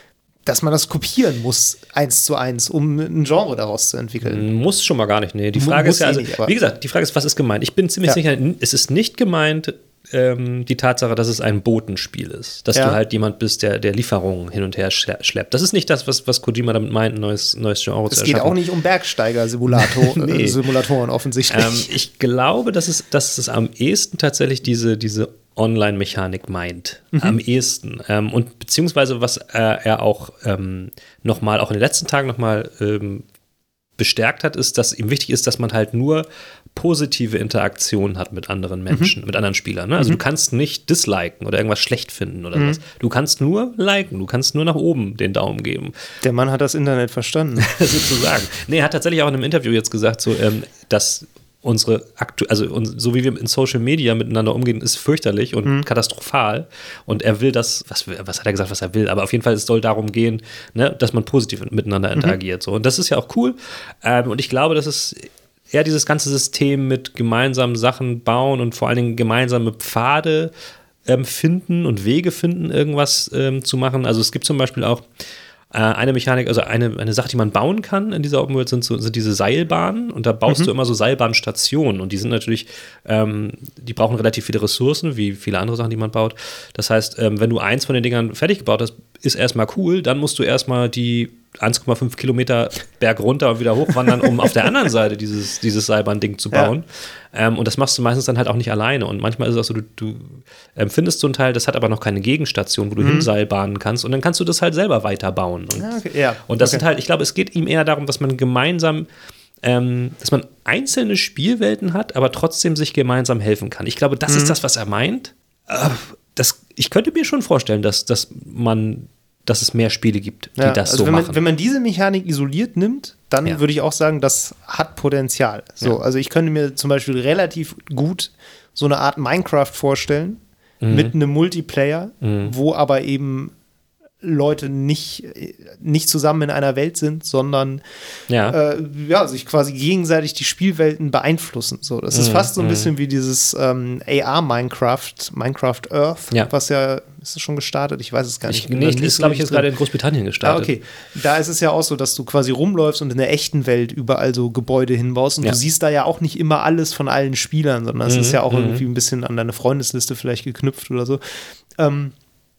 dass man das kopieren muss, eins zu eins, um ein Genre daraus zu entwickeln. Muss schon mal gar nicht, nee. Die Frage muss ist ja, also, nicht, wie gesagt, die Frage ist, was ist gemeint? Ich bin ziemlich ja. sicher, es ist nicht gemeint, ähm, die Tatsache, dass es ein Botenspiel ist. Dass ja. du halt jemand bist, der, der Lieferungen hin und her schleppt. Das ist nicht das, was, was Kojima damit meint, ein neues, neues Genre es zu erschaffen. Es geht auch nicht um Bergsteiger-Simulatoren nee. Simulatoren offensichtlich. Ähm, ich glaube, dass es, dass es am ehesten tatsächlich diese, diese Online-Mechanik meint. Mhm. Am ehesten. Ähm, und beziehungsweise, was äh, er auch ähm, nochmal, auch in den letzten Tagen nochmal ähm, bestärkt hat, ist, dass ihm wichtig ist, dass man halt nur positive Interaktionen hat mit anderen Menschen, mhm. mit anderen Spielern. Ne? Also mhm. du kannst nicht disliken oder irgendwas schlecht finden oder mhm. was. Du kannst nur liken, du kannst nur nach oben den Daumen geben. Der Mann hat das Internet verstanden. Sozusagen. Nee, er hat tatsächlich auch in einem Interview jetzt gesagt, so, ähm, dass unsere aktu also so wie wir in Social Media miteinander umgehen, ist fürchterlich und mhm. katastrophal. Und er will das, was, was hat er gesagt, was er will, aber auf jeden Fall, es soll darum gehen, ne, dass man positiv miteinander interagiert. Mhm. So. Und das ist ja auch cool. Ähm, und ich glaube, dass es eher dieses ganze System mit gemeinsamen Sachen bauen und vor allen Dingen gemeinsame Pfade ähm, finden und Wege finden, irgendwas ähm, zu machen. Also es gibt zum Beispiel auch eine Mechanik, also eine, eine Sache, die man bauen kann in dieser Open World, sind, so, sind diese Seilbahnen und da baust mhm. du immer so Seilbahnstationen und die sind natürlich, ähm, die brauchen relativ viele Ressourcen, wie viele andere Sachen, die man baut. Das heißt, ähm, wenn du eins von den Dingern fertig gebaut hast, ist erstmal cool, dann musst du erstmal die eins Komma fünf Kilometer Berg runter und wieder hochwandern, um auf der anderen Seite dieses, dieses Seilbahn-Ding zu bauen. Ja. Ähm, und das machst du meistens dann halt auch nicht alleine. Und manchmal ist es auch so, du, du ähm, findest so ein Teil, das hat aber noch keine Gegenstation, wo du mhm. hinseilbahnen kannst. Und dann kannst du das halt selber weiterbauen. Und, ja, okay. ja. und das okay. sind halt, ich glaube, es geht ihm eher darum, dass man gemeinsam, ähm, dass man einzelne Spielwelten hat, aber trotzdem sich gemeinsam helfen kann. Ich glaube, das mhm. ist das, was er meint. Äh, das, ich könnte mir schon vorstellen, dass, dass man dass es mehr Spiele gibt, die ja, das also so wenn man, machen. Wenn man diese Mechanik isoliert nimmt, dann ja. würde ich auch sagen, das hat Potenzial. So, ja. Also ich könnte mir zum Beispiel relativ gut so eine Art Minecraft vorstellen, mhm. mit einem Multiplayer, mhm. wo aber eben Leute nicht, nicht zusammen in einer Welt sind, sondern ja. Äh, ja, sich quasi gegenseitig die Spielwelten beeinflussen. So, das ist mhm. fast so ein bisschen wie dieses ähm, A R-Minecraft, Minecraft Earth, ja. was ja, ist es schon gestartet? Ich weiß es gar nicht. Ich, nee, ist, glaube ich, jetzt gerade in Großbritannien gestartet. Ah, okay. Da ist es ja auch so, dass du quasi rumläufst und in der echten Welt überall so Gebäude hinbaust und ja. du siehst da ja auch nicht immer alles von allen Spielern, sondern es mhm. ist ja auch mhm. irgendwie ein bisschen an deine Freundesliste vielleicht geknüpft oder so. Ähm,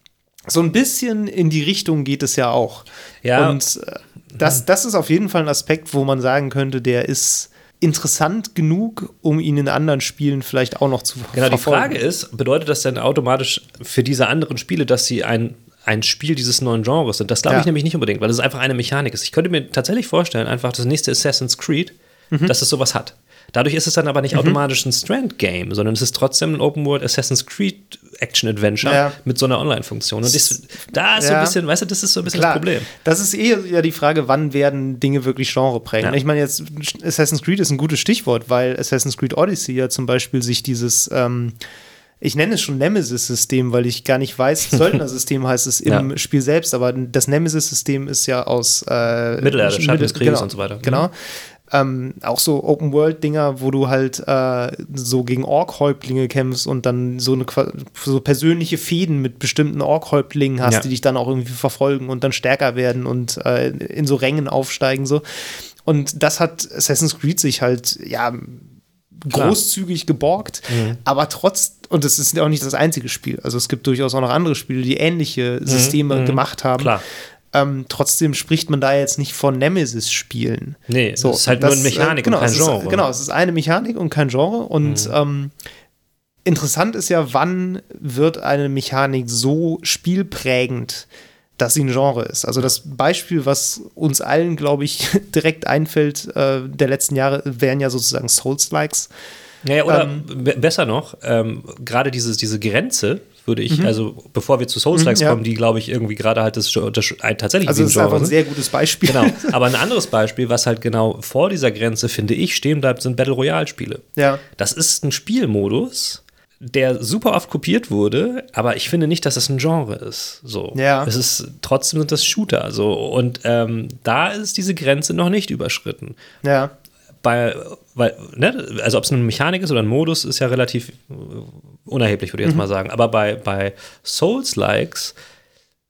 So ein bisschen in die Richtung geht es ja auch. Ja. Und äh, das, das ist auf jeden Fall ein Aspekt, wo man sagen könnte, der ist interessant genug, um ihn in anderen Spielen vielleicht auch noch zu Genau, verfolgen. Die Frage ist, bedeutet das denn automatisch für diese anderen Spiele, dass sie ein, ein Spiel dieses neuen Genres sind? Das glaube ich ja. nämlich nicht unbedingt, weil es einfach eine Mechanik ist. Ich könnte mir tatsächlich vorstellen, einfach das nächste Assassin's Creed, mhm. dass es sowas hat. Dadurch ist es dann aber nicht mhm. automatisch ein Strand-Game, sondern es ist trotzdem ein Open-World Assassin's Creed Action-Adventure ja. mit so einer Online-Funktion. Und das, da ist ja. so ein bisschen, weißt du, das ist so ein bisschen Klar. das Problem. Das ist eh ja die Frage, wann werden Dinge wirklich genreprägend. Ja. Ich meine, jetzt Assassin's Creed ist ein gutes Stichwort, weil Assassin's Creed Odyssey ja zum Beispiel sich dieses ähm, ich nenne es schon Nemesis-System, weil ich gar nicht weiß, Söldner-System heißt es im ja. Spiel selbst, aber das Nemesis-System ist ja aus äh, Mittelerde, Schatten des Krieges genau, und so weiter. Genau. Ähm, auch so Open-World-Dinger, wo du halt äh, so gegen Ork-Häuptlinge kämpfst und dann so eine so persönliche Fäden mit bestimmten Ork-Häuptlingen hast, ja. die dich dann auch irgendwie verfolgen und dann stärker werden und äh, in so Rängen aufsteigen. So. Und das hat Assassin's Creed sich halt, ja, Klar. großzügig geborgt, mhm. aber trotz, und das ist ja auch nicht das einzige Spiel, also es gibt durchaus auch noch andere Spiele, die ähnliche Systeme mhm. gemacht haben. Klar. Ähm, trotzdem spricht man da jetzt nicht von Nemesis-Spielen. Nee, so, es ist halt das, nur eine Mechanik äh, genau, und kein Genre. Ist, genau, es ist eine Mechanik und kein Genre. Und mhm. ähm, interessant ist ja, wann wird eine Mechanik so spielprägend, dass sie ein Genre ist. Also das Beispiel, was uns allen, glaube ich, direkt einfällt, äh, der letzten Jahre, wären ja sozusagen Souls-Likes. Ja, oder ähm, b- besser noch, ähm, gerade dieses, diese Grenze, würde ich, mhm. also bevor wir zu Souls-Likes mhm, ja. kommen, die, glaube ich, irgendwie gerade halt das, das ein, tatsächlich also das ist einfach ein sehr gutes Beispiel. Genau, aber ein anderes Beispiel, was halt genau vor dieser Grenze, finde ich, stehen bleibt, sind Battle-Royale-Spiele. Ja. Das ist ein Spielmodus, der super oft kopiert wurde, aber ich finde nicht, dass das ein Genre ist. So. Ja. Es ist, trotzdem sind das Shooter. So. Und ähm, da ist diese Grenze noch nicht überschritten. Ja. Bei, weil, ne, also ob es eine Mechanik ist oder ein Modus, ist ja relativ unerheblich, würde ich jetzt mhm. mal sagen. Aber bei, bei Souls-Likes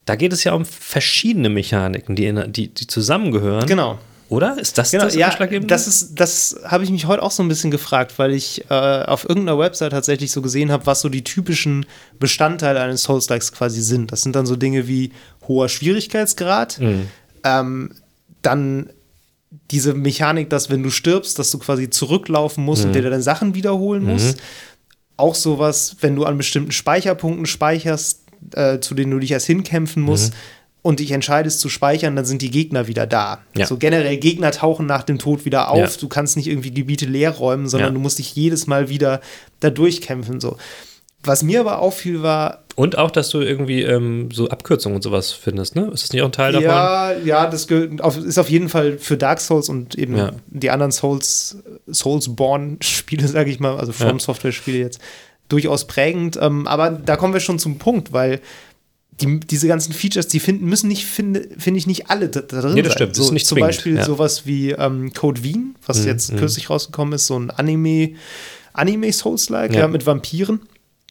Da geht es ja um verschiedene Mechaniken, die, in, die, die zusammengehören. Genau. Oder? Ist das genau, das ja, Ausschlaggebende? Das ist, das habe ich mich heute auch so ein bisschen gefragt, weil ich äh, auf irgendeiner Website tatsächlich so gesehen habe, was so die typischen Bestandteile eines Souls-Likes quasi sind. Das sind dann so Dinge wie hoher Schwierigkeitsgrad, mhm. ähm, dann diese Mechanik, dass wenn du stirbst, dass du quasi zurücklaufen musst mhm. und dir deine Sachen wiederholen mhm. musst. Auch sowas, wenn du an bestimmten Speicherpunkten speicherst, äh, zu denen du dich erst hinkämpfen musst, mhm. und dich entscheidest zu speichern, dann sind die Gegner wieder da. Ja. So generell, Gegner tauchen nach dem Tod wieder auf. Ja. Du kannst nicht irgendwie Gebiete leer räumen, sondern ja. du musst dich jedes Mal wieder da durchkämpfen. So. Was mir aber auffiel, war. Und auch, dass du irgendwie ähm, so Abkürzungen und sowas findest, ne? Ist das nicht auch ein Teil davon? Ja, ja, das ist auf jeden Fall für Dark Souls und eben ja. die anderen Souls, Soulsborne-Spiele, sage ich mal, also From Software-Spiele jetzt, durchaus prägend. Aber da kommen wir schon zum Punkt, weil Die, diese ganzen Features, die finden, müssen nicht, finde find ich, nicht alle da, da drin nee, das stimmt. sein. So, das ist nicht zum zwingend. Beispiel ja. sowas wie ähm, Code Vein, was mm, jetzt mm. kürzlich rausgekommen ist, so ein Anime, Anime-Souls-like, ja. ja, mit Vampiren.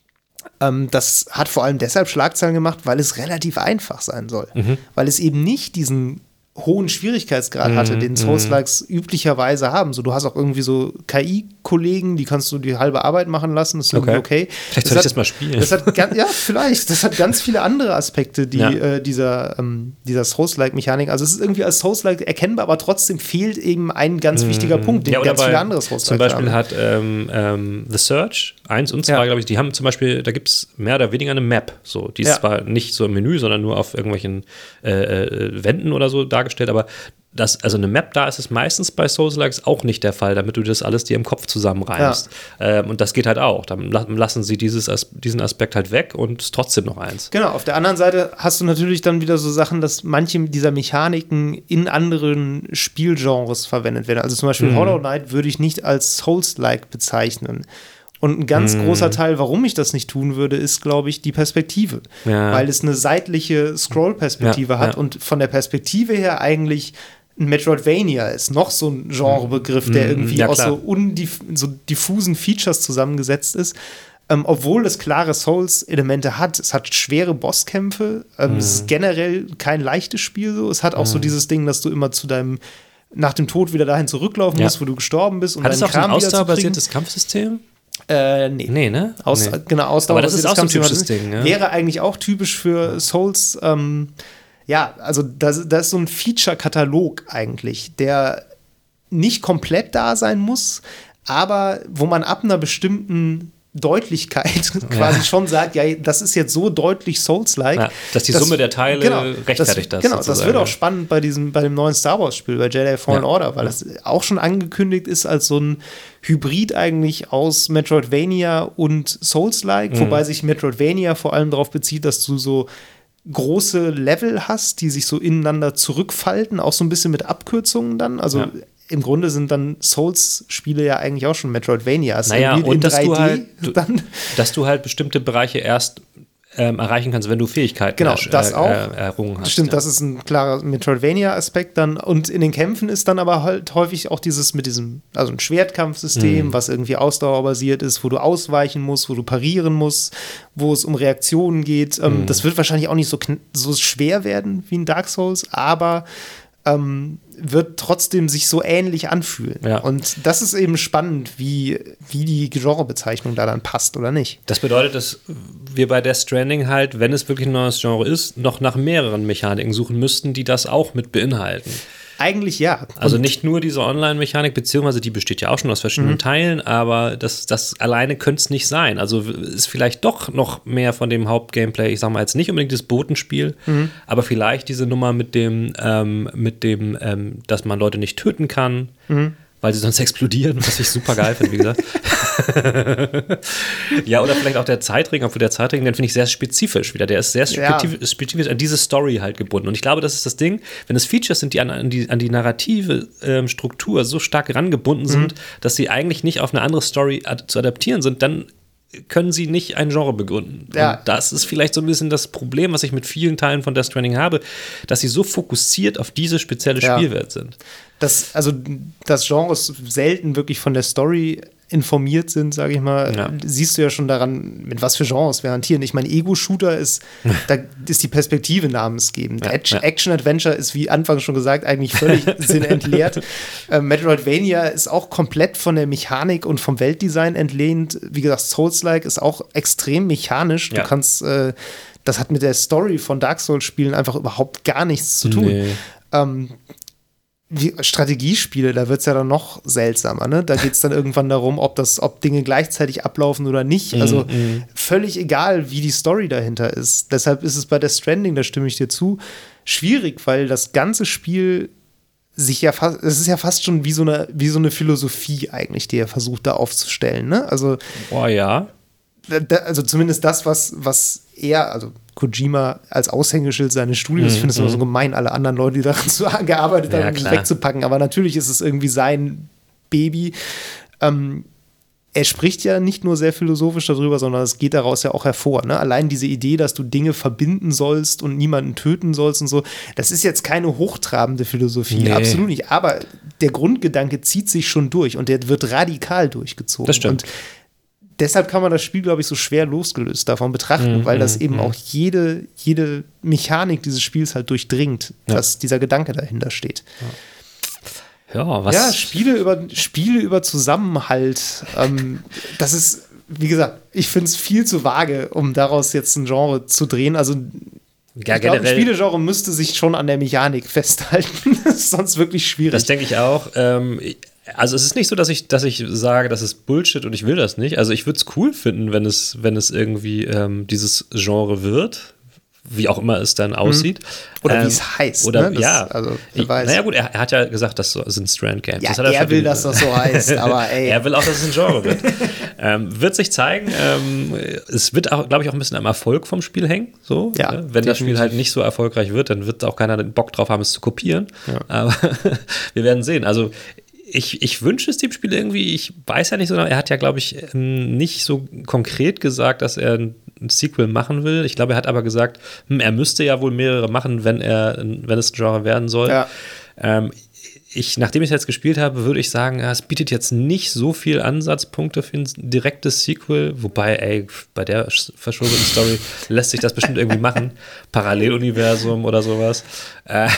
Ähm, das hat vor allem deshalb Schlagzeilen gemacht, weil es relativ einfach sein soll. Mhm. Weil es eben nicht diesen hohen Schwierigkeitsgrad hatte, mm, den Souls-Likes mm. üblicherweise haben. So, du hast auch irgendwie so K I-Kollegen, die kannst du die halbe Arbeit machen lassen, das ist okay. okay. Vielleicht das soll hat, ich das mal spielen. Das hat ganz, ja, vielleicht. Das hat ganz viele andere Aspekte, die ja. äh, dieser, ähm, dieser Souls-like-Mechanik. Also es ist irgendwie als Souls-like erkennbar, aber trotzdem fehlt eben ein ganz mm. wichtiger Punkt, den ja, ganz viele andere Souls-like haben. Zum Beispiel haben. hat ähm, ähm, The Search eins und zwei, ja. glaube ich, die haben zum Beispiel, da gibt es mehr oder weniger eine Map. So. Die ist ja. zwar nicht so im Menü, sondern nur auf irgendwelchen äh, äh, Wänden oder so dargestellt, aber das, also eine Map, da ist es meistens bei Souls-Likes auch nicht der Fall, damit du das alles dir im Kopf zusammenreimst. Ja. Ähm, und das geht halt auch. Dann lassen sie dieses, diesen Aspekt halt weg und ist trotzdem noch eins. Genau, auf der anderen Seite hast du natürlich dann wieder so Sachen, dass manche dieser Mechaniken in anderen Spielgenres verwendet werden. Also zum Beispiel mhm. Hollow Knight würde ich nicht als Souls-like bezeichnen. Und ein ganz mm. großer Teil, warum ich das nicht tun würde, ist, glaube ich, die Perspektive. Ja. Weil es eine seitliche Scroll-Perspektive ja, hat ja. und von der Perspektive her eigentlich ein Metroidvania ist. Noch so ein Genrebegriff, der irgendwie ja, aus so, undif- so diffusen Features zusammengesetzt ist. Ähm, obwohl es klare Souls-Elemente hat. Es hat schwere Bosskämpfe. Ähm, mm. Es ist generell kein leichtes Spiel. So. Es hat auch mm. so dieses Ding, dass du immer zu deinem nach dem Tod wieder dahin zurücklaufen ja. musst, wo du gestorben bist. Um hat es auch Kram ein ausdauerbasiertes Kampfsystem? Äh, nee. Nee, ne? Aus, nee. Genau, Ausdauer. Aber das ist auch so ein typisches Ding, ja? Wäre eigentlich auch typisch für Souls. Ähm, ja, also das, das ist so ein Feature-Katalog eigentlich, der nicht komplett da sein muss, aber wo man ab einer bestimmten Deutlichkeit quasi ja. schon sagt, ja, das ist jetzt so deutlich Souls-like. Ja, dass die Summe der Teile genau, rechtfertigt das. das. Genau, das wird auch spannend bei diesem, bei dem neuen Star Wars-Spiel, bei Jedi Fallen ja. Order, weil ja. das auch schon angekündigt ist als so ein Hybrid eigentlich aus Metroidvania und Souls-like, mhm. wobei sich Metroidvania vor allem darauf bezieht, dass du so große Level hast, die sich so ineinander zurückfalten, auch so ein bisschen mit Abkürzungen dann, also ja. im Grunde sind dann Souls-Spiele ja eigentlich auch schon Metroidvanias. Naja, und in dass, drei D du halt, du, dann dass du halt bestimmte Bereiche erst ähm, erreichen kannst, wenn du Fähigkeiten genau, das äh, auch. Äh, errungen hast. Stimmt, ja. das ist ein klarer Metroidvania-Aspekt dann. Und in den Kämpfen ist dann aber halt häufig auch dieses mit diesem, also ein Schwertkampfsystem, mhm. was irgendwie ausdauerbasiert ist, wo du ausweichen musst, wo du parieren musst, wo es um Reaktionen geht. Ähm, mhm. Das wird wahrscheinlich auch nicht so, so schwer werden wie in Dark Souls, aber ähm, wird trotzdem sich so ähnlich anfühlen. Ja. Und das ist eben spannend, wie, wie die Genrebezeichnung da dann passt oder nicht. Das bedeutet, dass wir bei Death Stranding halt, wenn es wirklich ein neues Genre ist, noch nach mehreren Mechaniken suchen müssten, die das auch mit beinhalten. Eigentlich ja. Also nicht nur diese Online-Mechanik, beziehungsweise die besteht ja auch schon aus verschiedenen mhm. Teilen, aber das, das alleine könnte es nicht sein. Also ist vielleicht doch noch mehr von dem Hauptgameplay, ich sag mal jetzt nicht unbedingt das Botenspiel, mhm. aber vielleicht diese Nummer mit dem, ähm, mit dem, ähm, dass man Leute nicht töten kann, mhm. weil sie sonst explodieren, was ich super geil finde, wie gesagt. Ja, oder vielleicht auch der Zeitring, obwohl der Zeitring, den finde ich sehr spezifisch wieder. Der ist sehr spezifisch, ja. spezifisch an diese Story halt gebunden. Und ich glaube, das ist das Ding, wenn es Features sind, die an, an, die, an die narrative ähm, Struktur so stark rangebunden sind, mhm. dass sie eigentlich nicht auf eine andere Story ad- zu adaptieren sind, dann können sie nicht ein Genre begründen. Ja. Und das ist vielleicht so ein bisschen das Problem, was ich mit vielen Teilen von Death Stranding habe, dass sie so fokussiert auf diese spezielle ja. Spielwelt sind. Das, also das Genre ist selten wirklich von der Story informiert sind, sage ich mal, Ja. siehst du ja schon daran, mit was für Genres wir hantieren. Ich meine, Ego-Shooter ist, da ist die Perspektive namensgebend. Ja, Action- ja. Action-Adventure ist, wie anfangs schon gesagt, eigentlich völlig sinnentleert. Äh, Metroidvania ist auch komplett von der Mechanik und vom Weltdesign entlehnt. Wie gesagt, Souls-like ist auch extrem mechanisch. Ja. Du kannst, äh, das hat mit der Story von Dark Souls-Spielen einfach überhaupt gar nichts zu tun. Nee. Ähm, wie Strategiespiele, da wird es ja dann noch seltsamer, ne? Da geht es dann irgendwann darum, ob das, ob Dinge gleichzeitig ablaufen oder nicht. Also mm. völlig egal, wie die Story dahinter ist. Deshalb ist es bei Death Stranding, da stimme ich dir zu, schwierig, weil das ganze Spiel sich ja fast, es ist ja fast schon wie so eine, wie so eine Philosophie eigentlich, die er versucht da aufzustellen, ne? Also, Boah, ja. da, also zumindest das, was, was er, also Kojima als Aushängeschild seines Studios, ich finde es immer so gemein, alle anderen Leute, die daran zu gearbeitet Ja, haben, das klar. wegzupacken. Aber natürlich ist es irgendwie sein Baby. Ähm, er spricht ja nicht nur sehr philosophisch darüber, sondern es geht daraus ja auch hervor. Ne? Allein diese Idee, dass du Dinge verbinden sollst und niemanden töten sollst und so, das ist jetzt keine hochtrabende Philosophie, Nee. absolut nicht. Aber der Grundgedanke zieht sich schon durch und der wird radikal durchgezogen. Das stimmt. Und deshalb kann man das Spiel, glaube ich, so schwer losgelöst davon betrachten, Mm, weil das mm, eben mm. auch jede, jede Mechanik dieses Spiels halt durchdringt, Ja. dass dieser Gedanke dahinter steht. Ja, was? Ja, Spiele über, Spiele über Zusammenhalt, ähm, das ist, wie gesagt, ich finde es viel zu vage, um daraus jetzt ein Genre zu drehen. Also ja, ich glaube, ein generell. Spielegenre müsste sich schon an der Mechanik festhalten. Das ist sonst wirklich schwierig. Das denke ich auch. Ähm, also es ist nicht so, dass ich, dass ich sage, das ist Bullshit und ich will das nicht. Also ich würde es cool finden, wenn es, wenn es irgendwie ähm, dieses Genre wird, wie auch immer es dann aussieht. Oder Ähm, wie es heißt. Oder ne? Das, ja. Also, wer Ich, weiß. naja gut, er, er hat ja gesagt, das so- sind Strand Games. Ja, das hat er er schon will, den- dass das so heißt, aber ey. Er will auch, dass es ein Genre wird. ähm, wird sich zeigen. Ähm, es wird auch, glaube ich, auch ein bisschen am Erfolg vom Spiel hängen. So, Ja, ne? Wenn das Spiel definitiv. halt nicht so erfolgreich wird, dann wird auch keiner den Bock drauf haben, es zu kopieren. Ja. Aber wir werden sehen. Also ich, ich wünsche es dem Spiel irgendwie, ich weiß ja nicht so, er hat ja, glaube ich, ähm, nicht so konkret gesagt, dass er ein ein Sequel machen will. Ich glaube, er hat aber gesagt, hm, er müsste ja wohl mehrere machen, wenn er, wenn es ein Genre werden soll. Ja. Ähm, ich, nachdem ich es jetzt gespielt habe, würde ich sagen, ja, es bietet jetzt nicht so viel Ansatzpunkte für ein direktes Sequel, wobei, ey, bei der verschobenen Story lässt sich das bestimmt irgendwie machen. Paralleluniversum oder sowas. Äh,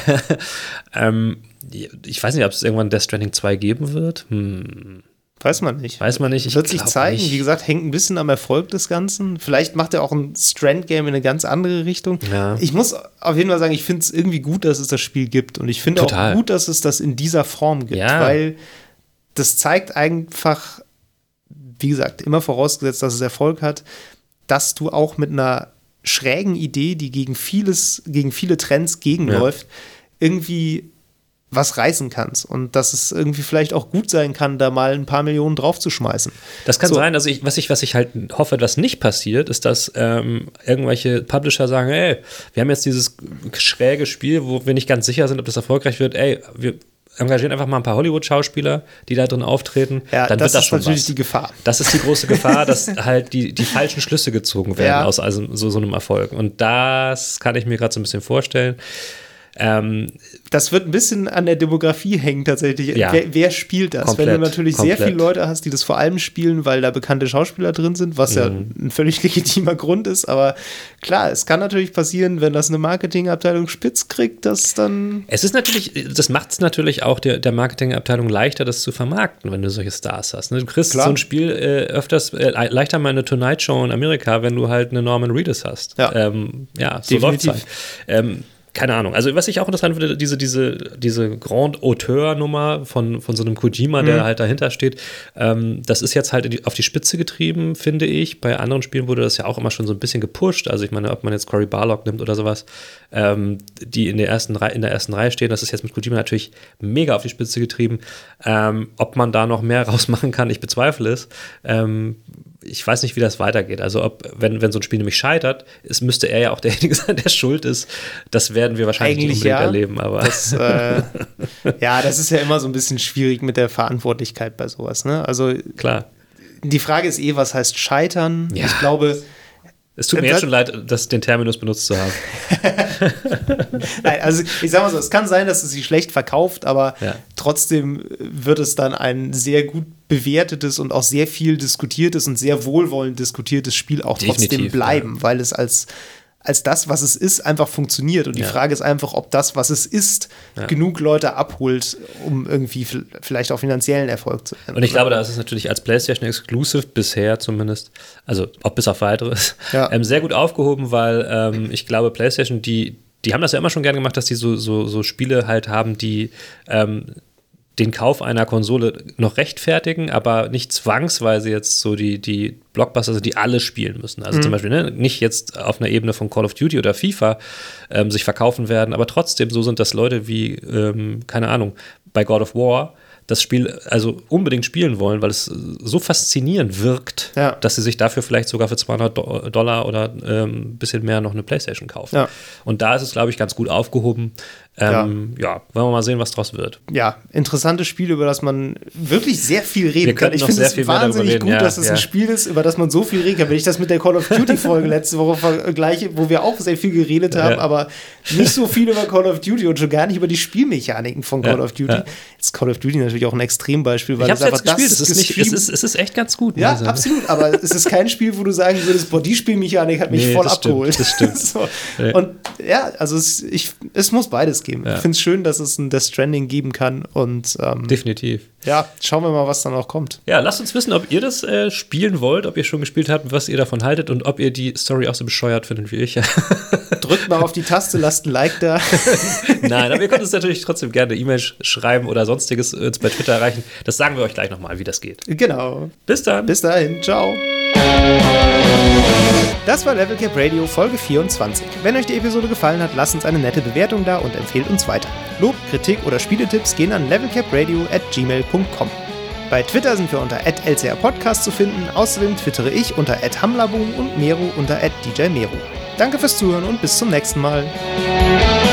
ähm, ich weiß nicht, ob es irgendwann Death Stranding zwei geben wird. Hm. Weiß man nicht. Weiß man nicht. Ich Wird sich glaub zeigen. nicht. Wie gesagt, hängt ein bisschen am Erfolg des Ganzen. Vielleicht macht er auch ein Strand-Game in eine ganz andere Richtung. Ja. Ich muss auf jeden Fall sagen, ich finde es irgendwie gut, dass es das Spiel gibt. Und ich finde auch Total. gut, dass es das in dieser Form gibt. Ja. Weil das zeigt einfach, wie gesagt, immer vorausgesetzt, dass es Erfolg hat, dass du auch mit einer schrägen Idee, die gegen vieles, gegen viele Trends gegenläuft, irgendwie was reißen kannst und dass es irgendwie vielleicht auch gut sein kann, da mal ein paar Millionen draufzuschmeißen. Das kann So. sein, also ich, was, ich, was ich halt hoffe, dass nicht passiert, ist, dass ähm, irgendwelche Publisher sagen, ey, wir haben jetzt dieses schräge Spiel, wo wir nicht ganz sicher sind, ob das erfolgreich wird, ey, wir engagieren einfach mal ein paar Hollywood-Schauspieler, die da drin auftreten, Ja, dann das wird das ist schon natürlich was. die Gefahr. Das ist die große Gefahr, dass halt die, die falschen Schlüsse gezogen werden Ja. aus also so, so einem Erfolg. Und das kann ich mir gerade so ein bisschen vorstellen. Ähm, Das wird ein bisschen an der Demografie hängen tatsächlich. Ja. Wer, wer spielt das? Komplett, Wenn du natürlich komplett. sehr viele Leute hast, die das vor allem spielen, weil da bekannte Schauspieler drin sind, was ja Mhm. ein völlig legitimer Grund ist, aber klar, es kann natürlich passieren, wenn das eine Marketingabteilung spitz kriegt, dass dann Es ist natürlich, das macht es natürlich auch der, der Marketingabteilung leichter, das zu vermarkten, wenn du solche Stars hast. Ne? Du kriegst Klar. so ein Spiel äh, öfters äh, le- leichter mal eine Tonight Show in Amerika, wenn du halt eine Norman Reedus hast. Ja. ähm, ja so läuft's Definitiv. halt. Ähm, keine Ahnung. Also, was ich auch interessant finde, diese, diese, diese Grand Auteur-Nummer von, von so einem Kojima, der Mhm. halt dahinter steht, ähm, das ist jetzt halt in die, auf die Spitze getrieben, finde ich. Bei anderen Spielen wurde das ja auch immer schon so ein bisschen gepusht. Also, ich meine, ob man jetzt Cory Barlog nimmt oder sowas, ähm, die in der, ersten Reihe, in der ersten Reihe stehen, das ist jetzt mit Kojima natürlich mega auf die Spitze getrieben. Ähm, ob man da noch mehr rausmachen kann, ich bezweifle es. Ähm, ich weiß nicht, wie das weitergeht. Also, ob, wenn, wenn so ein Spiel nämlich scheitert, es müsste er ja auch derjenige sein, der schuld ist. Das werden wir wahrscheinlich Eigentlich nicht unbedingt ja. erleben. Aber das, äh, ja, das ist ja immer so ein bisschen schwierig mit der Verantwortlichkeit bei sowas. Ne? Also klar. die Frage ist eh, was heißt scheitern? Ja. Ich glaube, Es tut mir Das- jetzt schon leid, das, den Terminus benutzt zu haben. Nein, also ich sag mal so, es kann sein, dass es sich schlecht verkauft, aber Ja. trotzdem wird es dann ein sehr gut bewertetes und auch sehr viel diskutiertes und sehr wohlwollend diskutiertes Spiel auch Definitiv, trotzdem bleiben, ja. weil es als als das, was es ist, einfach funktioniert. Und die ja. Frage ist einfach, ob das, was es ist, ja. genug Leute abholt, um irgendwie vielleicht auch finanziellen Erfolg zu haben. Und ich glaube, da ist es natürlich als PlayStation Exclusive bisher zumindest, also auch bis auf weiteres, ja. ähm, sehr gut aufgehoben, weil ähm, ich glaube, PlayStation, die, die haben das ja immer schon gerne gemacht, dass die so, so, so Spiele halt haben, die ähm, den Kauf einer Konsole noch rechtfertigen, aber nicht zwangsweise jetzt so die, die Blockbuster, also die alle spielen müssen. Also mhm. zum Beispiel ne, nicht jetzt auf einer Ebene von Call of Duty oder FIFA ähm, sich verkaufen werden, aber trotzdem so sind das Leute wie, ähm, keine Ahnung, bei God of War das Spiel also unbedingt spielen wollen, weil es so faszinierend wirkt, ja. dass sie sich dafür vielleicht sogar für zweihundert Dollar oder ein ähm, bisschen mehr noch eine PlayStation kaufen. Ja. Und da ist es, glaube ich, ganz gut aufgehoben. Ähm, ja. ja, wollen wir mal sehen, was draus wird. Ja, interessantes Spiel, über das man wirklich sehr viel reden wir kann. Ich finde es wahnsinnig gut, ja, dass es ja. ein Spiel ist, über das man so viel reden kann. Wenn ich das mit der Call of Duty-Folge letzte Woche vergleiche, wo wir auch sehr viel geredet haben, ja. aber nicht so viel über Call of Duty und schon gar nicht über die Spielmechaniken von Call ja, of Duty. Ja. Jetzt Call of Duty natürlich auch ein Extrembeispiel, weil ich es einfach jetzt gespielt. Das es, ist nicht, es, ist, es ist echt ganz gut. Ja, also. absolut, aber es ist kein Spiel, wo du sagen würdest, boah, die Spielmechanik hat mich nee, voll das abgeholt. Stimmt, das stimmt. so. ja. Und ja, also es, ich, es muss beides geben. Ja. Ich finde es schön, dass es ein Death Stranding geben kann und ähm, definitiv. Ja, schauen wir mal, was dann auch kommt. Ja, lasst uns wissen, ob ihr das äh, spielen wollt, ob ihr schon gespielt habt, was ihr davon haltet und ob ihr die Story auch so bescheuert findet wie ich. Drückt mal auf die Taste, lasst ein Like da. Nein, aber ihr könnt uns natürlich trotzdem gerne eine E-Mail schreiben oder sonstiges uns bei Twitter erreichen. Das sagen wir euch gleich nochmal, wie das geht. Genau. Bis dann. Bis dahin. Ciao. Das war Level Cap Radio Folge vierundzwanzig. Wenn euch die Episode gefallen hat, lasst uns eine nette Bewertung da und empfehlt uns weiter. Lob, Kritik oder Spieletipps gehen an levelcapradio at gmail punkt com. Bei Twitter sind wir unter at l c r podcast zu finden. Außerdem twittere ich unter at hamlaboom und Meru unter at d j meru. Danke fürs Zuhören und bis zum nächsten Mal.